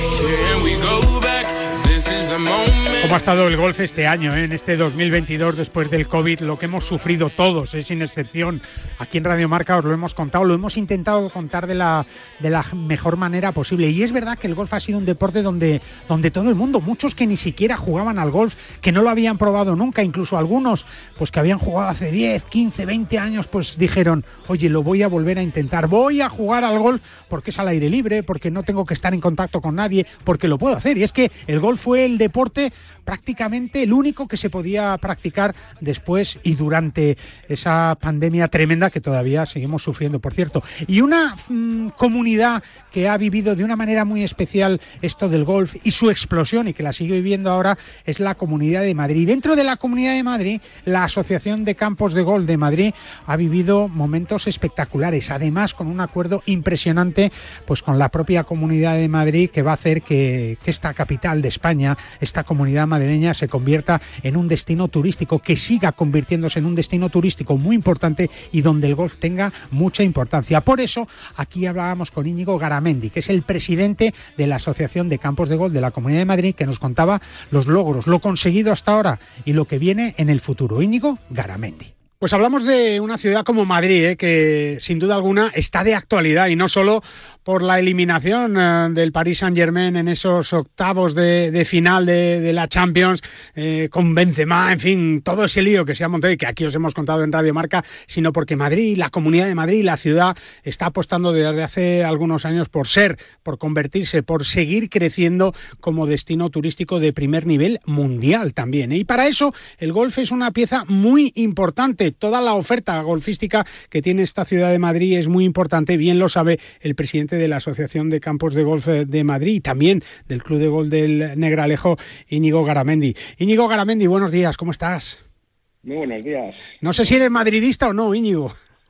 ¿Cómo ha estado el golf este año, en este 2022, después del COVID? Lo que hemos sufrido todos, sin excepción. Aquí en Radio Marca os lo hemos contado, lo hemos intentado contar de la mejor manera posible. Y es verdad que el golf ha sido un deporte donde todo el mundo, muchos que ni siquiera jugaban al golf, que no lo habían probado nunca, incluso algunos pues que habían jugado hace 10, 15, 20 años, pues dijeron, oye, lo voy a volver a intentar, voy a jugar al golf porque es al aire libre, porque no tengo que estar en contacto con nadie, porque lo puedo hacer. Y es que el golf fue el deporte prácticamente el único que se podía practicar después y durante esa pandemia tremenda que todavía seguimos sufriendo, por cierto. Y una comunidad que ha vivido de una manera muy especial esto del golf y su explosión, y que la sigue viviendo ahora, es la Comunidad de Madrid. Dentro de la Comunidad de Madrid, la Asociación de Campos de Golf de Madrid ha vivido momentos espectaculares, además con un acuerdo impresionante pues con la propia Comunidad de Madrid, que va a hacer que esta capital de España, esta comunidad madrileña, se convierta en un destino turístico, que siga convirtiéndose en un destino turístico muy importante y donde el golf tenga mucha importancia. Por eso aquí hablábamos con Íñigo Garamendi, que es el presidente de la Asociación de Campos de Golf de la Comunidad de Madrid, que nos contaba los logros, lo conseguido hasta ahora y lo que viene en el futuro. Íñigo Garamendi. Pues hablamos de una ciudad como Madrid, que sin duda alguna está de actualidad, y no solo por la eliminación del Paris Saint-Germain en esos octavos de final de la Champions, con Benzema, en fin, todo ese lío que se ha montado y que aquí os hemos contado en Radio Marca, sino porque Madrid, la Comunidad de Madrid, la ciudad, está apostando desde hace algunos años por convertirse, por seguir creciendo como destino turístico de primer nivel mundial también. Y para eso el golf es una pieza muy importante. Toda la oferta golfística que tiene esta ciudad de Madrid es muy importante, bien lo sabe el presidente de la Asociación de Campos de Golf de Madrid y también del Club de Golf del Negralejo, Íñigo Garamendi. Íñigo Garamendi, buenos días, ¿cómo estás? Muy buenos días. No sé si eres madridista o no, Íñigo.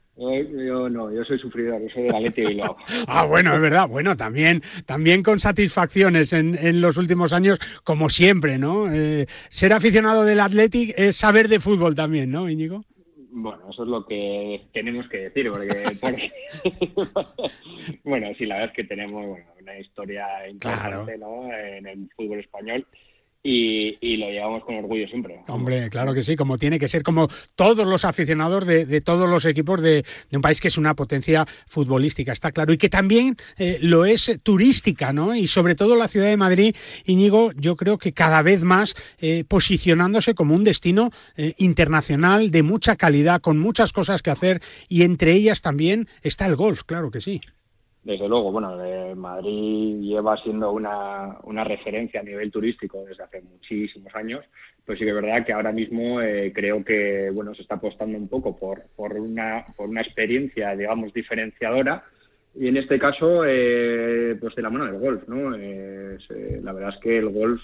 Yo no, yo soy sufridor, yo soy del Athletic de Bilbao. Bueno, es verdad, bueno, también con satisfacciones en los últimos años, como siempre, ¿no? Ser aficionado del Athletic es saber de fútbol también, ¿no, Íñigo? Bueno, eso es lo que tenemos que decir, porque bueno, sí, la verdad es que tenemos una historia importante, ¿no?, en el fútbol español. Y lo llevamos con orgullo siempre. Hombre, claro que sí, como tiene que ser, como todos los aficionados de todos los equipos de un país que es una potencia futbolística, está claro, y que también lo es turística, ¿no? Y sobre todo la ciudad de Madrid, Íñigo, yo creo que cada vez más posicionándose como un destino internacional de mucha calidad, con muchas cosas que hacer, y entre ellas también está el golf, claro que sí. Desde luego, Madrid lleva siendo una referencia a nivel turístico desde hace muchísimos años, pues sí que es verdad que ahora mismo creo que se está apostando un poco por una experiencia, digamos, diferenciadora, y en este caso pues de la mano del golf, ¿no? La verdad es que el golf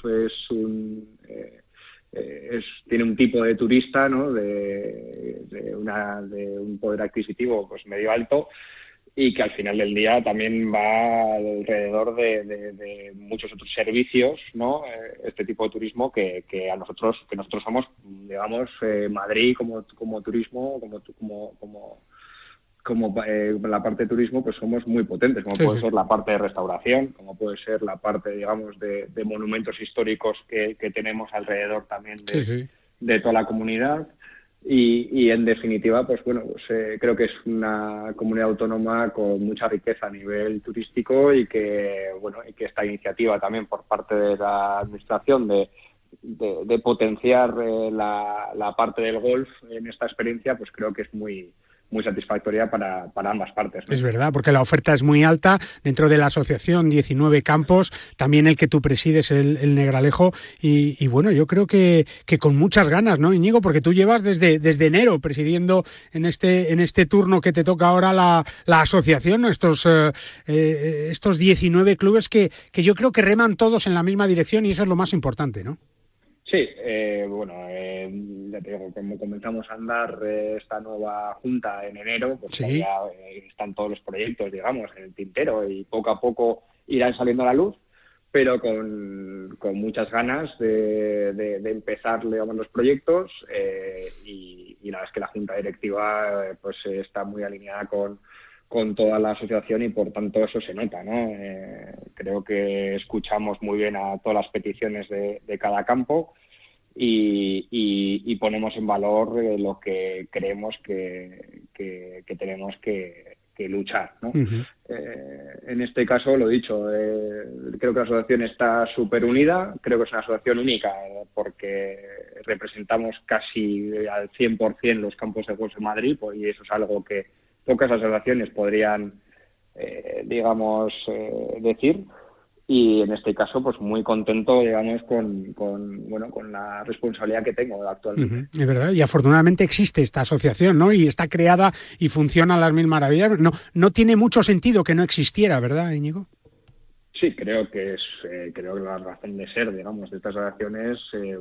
tiene un tipo de turista, ¿no?, de un poder adquisitivo pues medio alto, y que al final del día también va alrededor de muchos otros servicios, ¿no? Este tipo de turismo que nosotros somos, digamos, Madrid como turismo, como la parte de turismo, pues somos muy potentes, como puede ser la parte de restauración, como puede ser la parte, digamos, de monumentos históricos que tenemos alrededor también de toda la comunidad. Y en definitiva, creo que es una comunidad autónoma con mucha riqueza a nivel turístico, y que esta iniciativa también por parte de la administración de potenciar la parte del golf en esta experiencia, pues creo que es muy satisfactoria para ambas partes, ¿no? Es verdad, porque la oferta es muy alta dentro de la asociación, 19 campos, también el que tú presides, el Negralejo, y yo creo que con muchas ganas, ¿no, Íñigo? Porque tú llevas desde enero presidiendo en este turno que te toca ahora la asociación, ¿no? Estos 19 clubes que yo creo que reman todos en la misma dirección, y eso es lo más importante, ¿no? Sí, ya te digo, como comenzamos a andar esta nueva junta en enero, pues ya están todos los proyectos, digamos, en el tintero, y poco a poco irán saliendo a la luz, pero con muchas ganas de empezar, digamos, los proyectos, y la verdad es que la junta directiva pues está muy alineada con toda la asociación, y por tanto eso se nota, ¿no? Creo que escuchamos muy bien a todas las peticiones de cada campo, y ponemos en valor lo que creemos que tenemos que luchar, ¿no? Uh-huh. En este caso, lo dicho, creo que la asociación está súper unida, creo que es una asociación única, porque representamos casi al 100% los campos de golf de Madrid, y eso es algo que pocas asociaciones podrían, decir. Y en este caso, pues muy contento, digamos, con la responsabilidad que tengo actualmente. Uh-huh. Es verdad, y afortunadamente existe esta asociación, ¿no? Y está creada y funciona a las mil maravillas. No tiene mucho sentido que no existiera, ¿verdad, Íñigo? Sí, creo que la razón de ser, digamos, de estas asociaciones,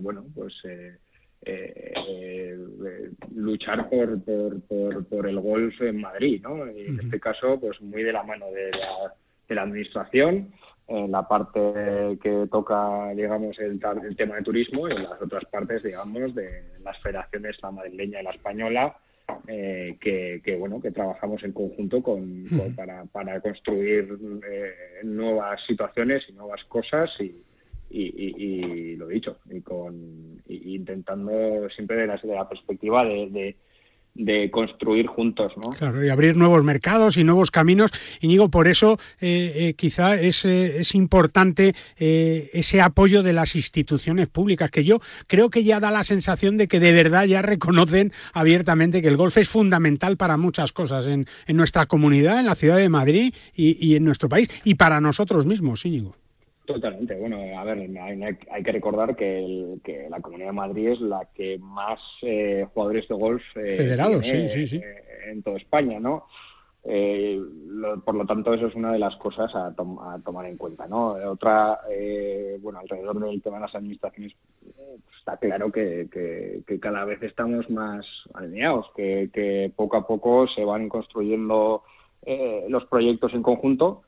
luchar por el golf en Madrid, ¿no? Y en este caso, pues muy de la mano de la administración, la parte que toca, digamos, el tema de turismo, y las otras partes, digamos, de las federaciones, la madrileña y la española, que trabajamos en conjunto para construir nuevas situaciones y nuevas cosas, y lo dicho, y intentando siempre desde la perspectiva de construir juntos, ¿no? Claro, y abrir nuevos mercados y nuevos caminos. Íñigo, por eso quizá es importante ese apoyo de las instituciones públicas, que yo creo que ya da la sensación de que de verdad ya reconocen abiertamente que el golf es fundamental para muchas cosas en nuestra comunidad, en la ciudad de Madrid y en nuestro país, y para nosotros mismos, Íñigo. Totalmente. Bueno, a ver, hay que recordar que la Comunidad de Madrid es la que más jugadores de golf federados, tiene, sí. En toda España, ¿no? Por lo tanto, eso es una de las cosas a tomar en cuenta, ¿no? Otra, alrededor del tema de las administraciones, está claro que cada vez estamos más alineados, que poco a poco se van construyendo los proyectos en conjunto,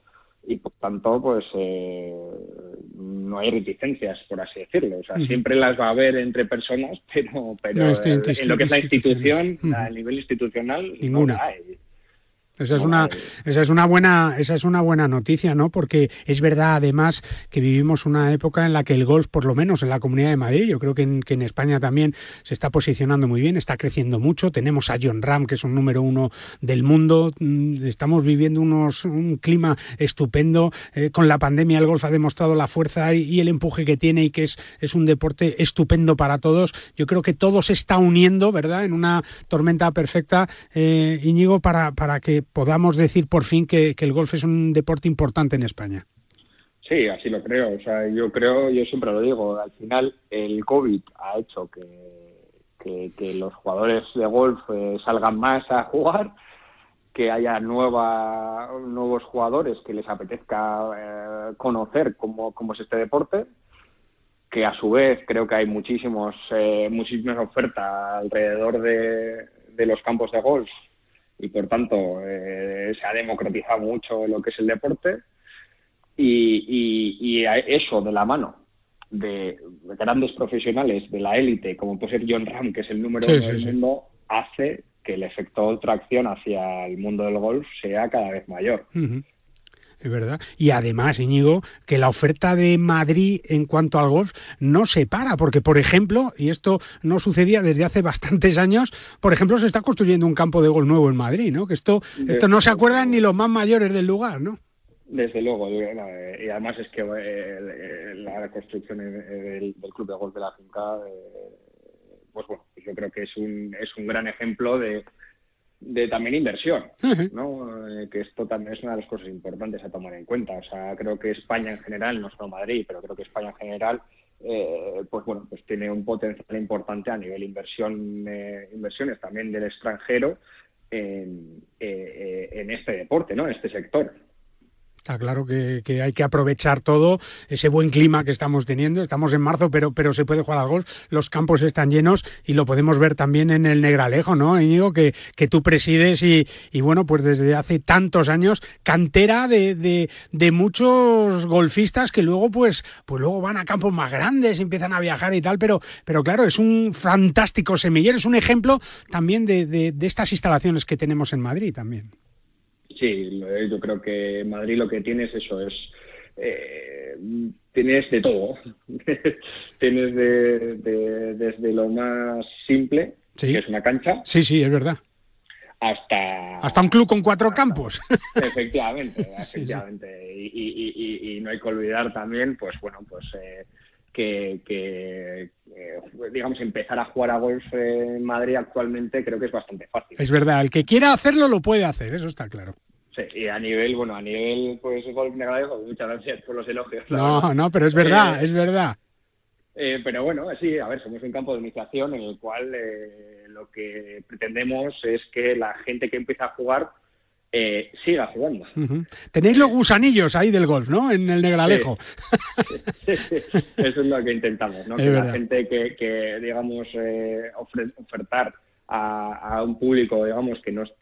y por tanto pues no hay reticencias, por así decirlo. O sea, siempre las va a haber entre personas, pero no, en lo que es la institución, a nivel institucional, ninguna. No la hay. Esa es una buena noticia, ¿no? Porque es verdad, además, que vivimos una época en la que el golf, por lo menos en la Comunidad de Madrid, yo creo que en España también se está posicionando muy bien, está creciendo mucho. Tenemos a Jon Rahm, que es un número 1 del mundo. Estamos viviendo un clima estupendo. Con la pandemia el golf ha demostrado la fuerza y el empuje que tiene, y que es un deporte estupendo para todos. Yo creo que todo se está uniendo, ¿verdad?, en una tormenta perfecta, Íñigo, para que podamos decir por fin que el golf es un deporte importante en España. Sí, así lo creo. O sea, yo siempre lo digo, al final el COVID ha hecho que los jugadores de golf salgan más a jugar, que haya nuevos jugadores que les apetezca conocer cómo es este deporte, que a su vez creo que hay muchísimas ofertas alrededor de los campos de golf, y por tanto se ha democratizado mucho lo que es el deporte, y eso de la mano de grandes profesionales de la élite, como puede ser Jon Rahm, que es el número 1 del mundo, hace que el efecto tracción hacia el mundo del golf sea cada vez mayor. Uh-huh. Es verdad. Y además, Íñigo, que la oferta de Madrid en cuanto al golf no se para, porque, por ejemplo, y esto no sucedía desde hace bastantes años, por ejemplo, se está construyendo un campo de golf nuevo en Madrid, ¿no? Que esto no se acuerdan ni los más mayores del lugar, ¿no? Desde luego, y además es que la construcción del club de golf de la finca, pues bueno, yo creo que es un gran ejemplo de también inversión, ¿no? Que esto también es una de las cosas importantes a tomar en cuenta. O sea, creo que España en general, no solo Madrid, pero creo que España en general, pues tiene un potencial importante a nivel inversiones también del extranjero en este deporte, ¿no? En este sector. Está claro que hay que aprovechar todo ese buen clima que estamos teniendo. Estamos en marzo, pero se puede jugar al golf. Los campos están llenos y lo podemos ver también en el Negralejo, ¿no, Íñigo? Que tú presides y bueno, pues desde hace tantos años, cantera de muchos golfistas que luego pues luego van a campos más grandes, empiezan a viajar y tal, pero claro, es un fantástico semillero, es un ejemplo también de estas instalaciones que tenemos en Madrid también. Sí, yo creo que Madrid lo que tiene es eso, tienes de todo. Tienes desde lo más simple, que es una cancha. Sí, es verdad. Hasta un club con 4 campos. Efectivamente. Sí. Y no hay que olvidar también, que digamos, empezar a jugar a golf en Madrid actualmente creo que es bastante fácil. Es verdad, el que quiera hacerlo lo puede hacer, eso está claro. Sí, y a nivel pues golf Negralejo, muchas gracias por los elogios. No, pero es verdad, es verdad. Pero bueno, sí, a ver, somos un campo de iniciación en el cual lo que pretendemos es que la gente que empieza a jugar siga jugando. Uh-huh. Tenéis los gusanillos ahí del golf, ¿no? En el Negralejo. Sí. Eso es lo que intentamos, ¿no? Es que verdad. La gente que digamos, ofertar a un público, digamos, que no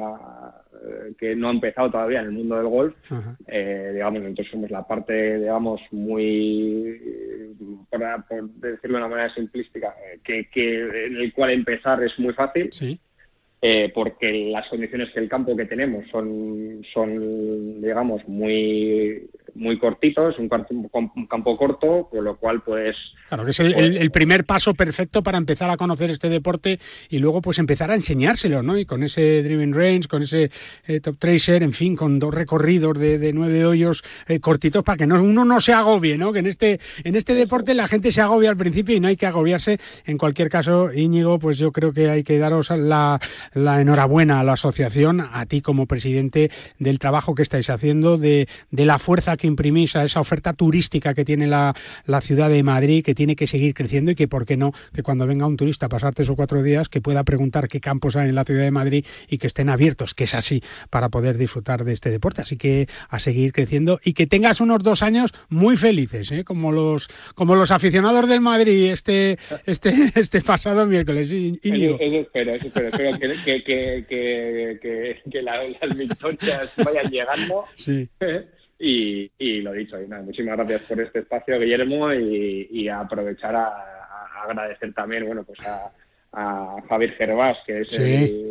ha empezado todavía en el mundo del golf, uh-huh. Digamos, entonces somos la parte, digamos, muy, por decirlo de una manera simplística, que en el cual empezar es muy fácil. Sí. Porque las condiciones que el campo que tenemos son digamos, muy cortitos, un campo corto, con lo cual pues... Claro, que es el primer paso perfecto para empezar a conocer este deporte y luego pues empezar a enseñárselo, ¿no? Y con ese driving range, con ese top tracer, en fin, con 2 recorridos de 9 hoyos cortitos para que uno no se agobie, ¿no? Que en este deporte la gente se agobia al principio y no hay que agobiarse. En cualquier caso, Íñigo, pues yo creo que hay que daros la enhorabuena a la asociación, a ti como presidente, del trabajo que estáis haciendo, de la fuerza que imprimís a esa oferta turística que tiene la ciudad de Madrid, que tiene que seguir creciendo y que, ¿por qué no?, que cuando venga un turista a pasar 3 o 4 días, que pueda preguntar qué campos hay en la ciudad de Madrid y que estén abiertos, que es así, para poder disfrutar de este deporte. Así que a seguir creciendo y que tengas unos 2 años muy felices, como los aficionados del Madrid este pasado miércoles. Eso espero que las victorias vayan llegando. Sí. Y lo dicho, y nada, muchísimas gracias por este espacio, Guillermo, y a aprovechar a agradecer también, bueno, pues a Javier Gervás, que es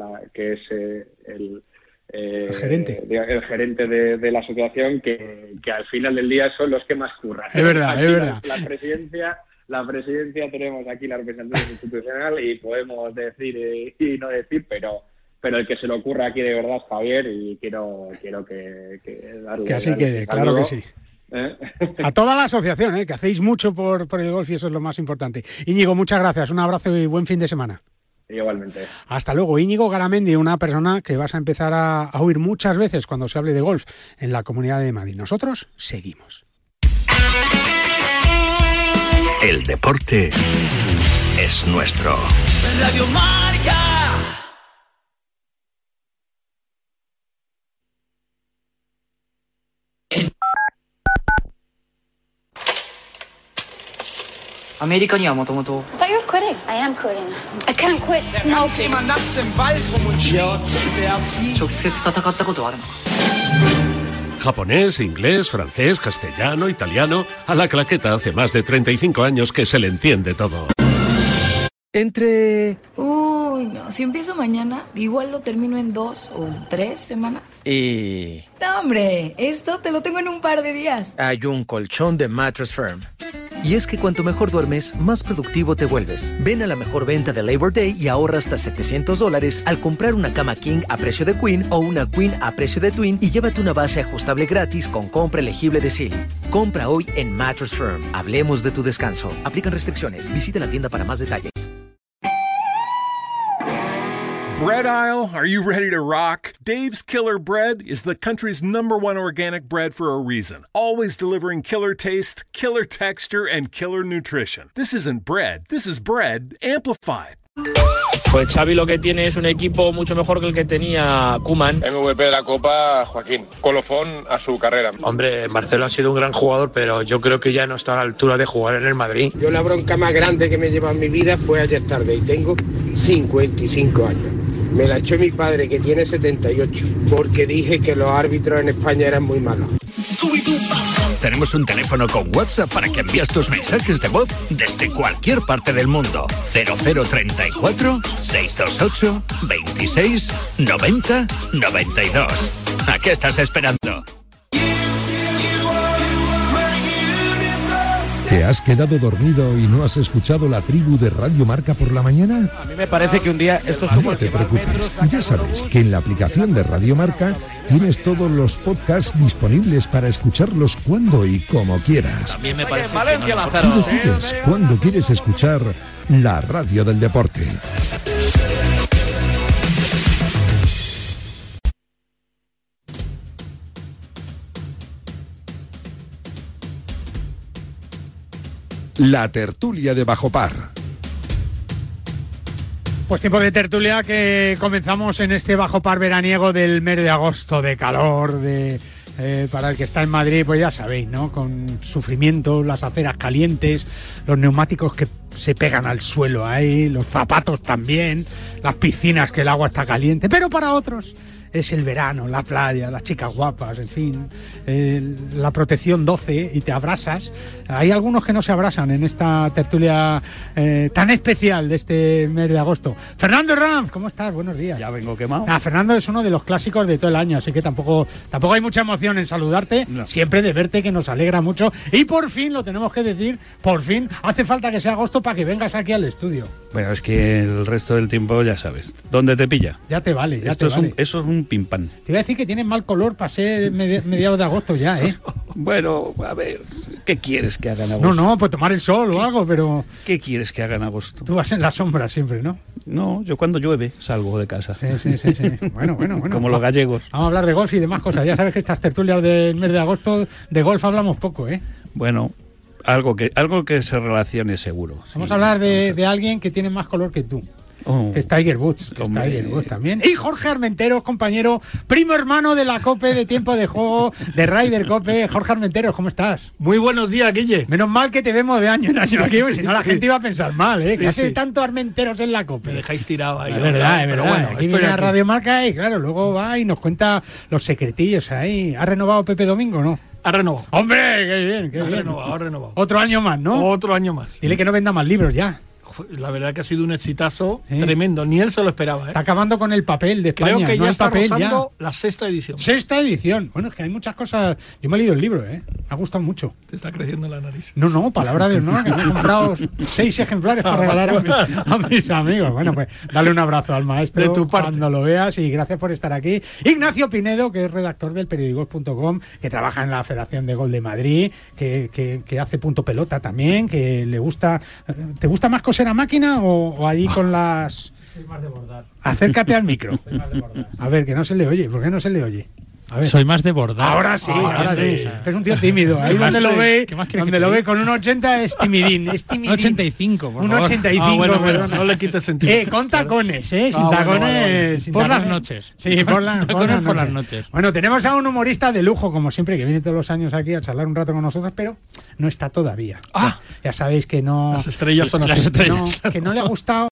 el gerente de la asociación, que al final del día son los que más curran. Es verdad, es verdad. La presidencia tenemos aquí la representación institucional y podemos decir y no decir, pero el que se lo ocurra aquí de verdad es Javier, y quiero que darle... Que así quede, claro que sí. A toda la asociación, que hacéis mucho por el golf, y eso es lo más importante. Íñigo, muchas gracias, un abrazo y buen fin de semana. Igualmente. Hasta luego. Íñigo Garamendi, una persona que vas a empezar a oír muchas veces cuando se hable de golf en la Comunidad de Madrid. Nosotros seguimos. El deporte es nuestro. Radio Marca. 아메리칸이 모토모토. I thought you were quitting. I am quitting. I can't quit smoking. 적색 戦ったことあるの? Japonés, inglés, francés, castellano, italiano. A la claqueta hace más de 35 años que se le entiende todo. Uy, no. Si empiezo mañana, igual lo termino en 2 o 3 semanas. No, hombre. Esto te lo tengo en un par de días. Hay un colchón de Mattress Firm. Y es que cuanto mejor duermes, más productivo te vuelves. Ven a la mejor venta de Labor Day y ahorra hasta $700 al comprar una cama King a precio de Queen o una Queen a precio de Twin, y llévate una base ajustable gratis con compra elegible de Sealy. Compra hoy en Mattress Firm. Hablemos de tu descanso. Aplican restricciones. Visita la tienda para más detalles. Bread aisle, are you ready to rock? Dave's Killer Bread is the country's #1 organic bread for a reason. Always delivering killer taste, killer texture, and killer nutrition. This isn't bread, this is bread amplified. Pues Xavi lo que tiene es un equipo mucho mejor que el que tenía Koeman. MVP de la Copa, Joaquín. Colofón a su carrera. Hombre, Marcelo ha sido un gran jugador, pero yo creo que ya no está a la altura de jugar en el Madrid. Yo la bronca más grande que me lleva en mi vida fue ayer tarde, y tengo 55 años. Me la echó mi padre, que tiene 78, porque dije que los árbitros en España eran muy malos. Tenemos un teléfono con WhatsApp para que envíes tus mensajes de voz desde cualquier parte del mundo. 0034 628 26 90 92. ¿A qué estás esperando? ¿Te has quedado dormido y no has escuchado la tribu de Radio Marca por la mañana? A mí me parece que un día esto es como... No te preocupes, ya sabes que en la aplicación de Radio Marca tienes todos los podcasts disponibles para escucharlos cuando y como quieras. También me parece que tú decides cuándo quieres escuchar la radio del deporte. La tertulia de Bajo Par. Pues tiempo de tertulia que comenzamos en este Bajo Par veraniego del mes de agosto, de calor, para el que está en Madrid, pues ya sabéis, ¿no? Con sufrimiento, las aceras calientes, los neumáticos que se pegan al suelo ahí, los zapatos también, las piscinas que el agua está caliente, pero para otros es el verano, la playa, las chicas guapas, en fin, la protección 12 y te abrasas. Hay algunos que no se abrasan en esta tertulia tan especial de este mes de agosto. Fernando Herranz, ¿cómo estás? Buenos días. Ya vengo quemado. Fernando es uno de los clásicos de todo el año, así que tampoco hay mucha emoción en saludarte, no. Siempre de verte, que nos alegra mucho. Y por fin, lo tenemos que decir, por fin, hace falta que sea agosto para que vengas aquí al estudio. Bueno, es que el resto del tiempo ya sabes, ¿dónde te pilla? Ya te vale, ya Esto te vale. Eso es un pim-pam. Te iba a decir que tienes mal color para ser mediados de agosto ya, ¿eh? Bueno, a ver, ¿qué quieres que haga en agosto? No, pues tomar el sol o algo, pero... ¿Qué quieres que haga en agosto? Tú vas en la sombra siempre, ¿no? No, yo cuando llueve salgo de casa. Sí. Bueno. Como los gallegos. Vamos a hablar de golf y demás cosas. Ya sabes que estas tertulias del mes de agosto de golf hablamos poco, ¿eh? Bueno, algo que se relacione seguro. Vamos a hablar de alguien que tiene más color que tú. Que es Tiger Woods, también. Y Jorge Armenteros, compañero, primo hermano de la COPE de Tiempo de Juego, de Ryder COPE. Jorge Armenteros, ¿cómo estás? Muy buenos días, Guille. Menos mal que te vemos de año en año aquí, si no la gente iba a pensar mal, ¿eh? Que hace tanto Armenteros en la COPE. Me dejáis tirado ahí. Es verdad. Bueno, aquí viene a Radio Marca y claro, luego va y nos cuenta los secretillos ahí. ¿Ha renovado Pepe Domingo, no? Ha renovado. ¡Hombre! ¡Qué bien! ¡Qué Ha bien! renovado. Otro año más, ¿no? Otro año más. Dile que no venda más libros ya. La verdad que ha sido un exitazo tremendo. Ni él se lo esperaba. Está acabando con el papel de España. Creo que no ya el está papel, rozando la 6ª edición. 6ª edición. Bueno, es que hay muchas cosas. Yo me he leído el libro, Me ha gustado mucho. Te está creciendo la nariz. No, palabra de honor, que me he comprado 6 ejemplares para regalar a mis amigos. Bueno, pues dale un abrazo al maestro de tu parte. Cuando lo veas y gracias por estar aquí. Ignacio Pinedo, que es redactor del periódico.com, que trabaja en la Federación de Gol de Madrid, que hace punto pelota también, que le gusta... ¿Te gusta más coser a máquina o allí con las...? Soy más de bordar. Acércate al micro. Soy más de bordar. A ver, que no se le oye. ¿Por qué no se le oye? A ver. Soy más de bordar. Ahora sí. Es un tío tímido. Ahí donde lo ve, con un 80 es timidín. Un 85, por un favor. 85, bueno, no le quites sentido. Con tacones, sin tacones. Sin por tacones. las noches. Sí, por las noches. Bueno, tenemos a un humorista de lujo, como siempre, que viene todos los años aquí a charlar un rato con nosotros, pero no está todavía. Ya sabéis que no... Las estrellas son así. Que no le ha gustado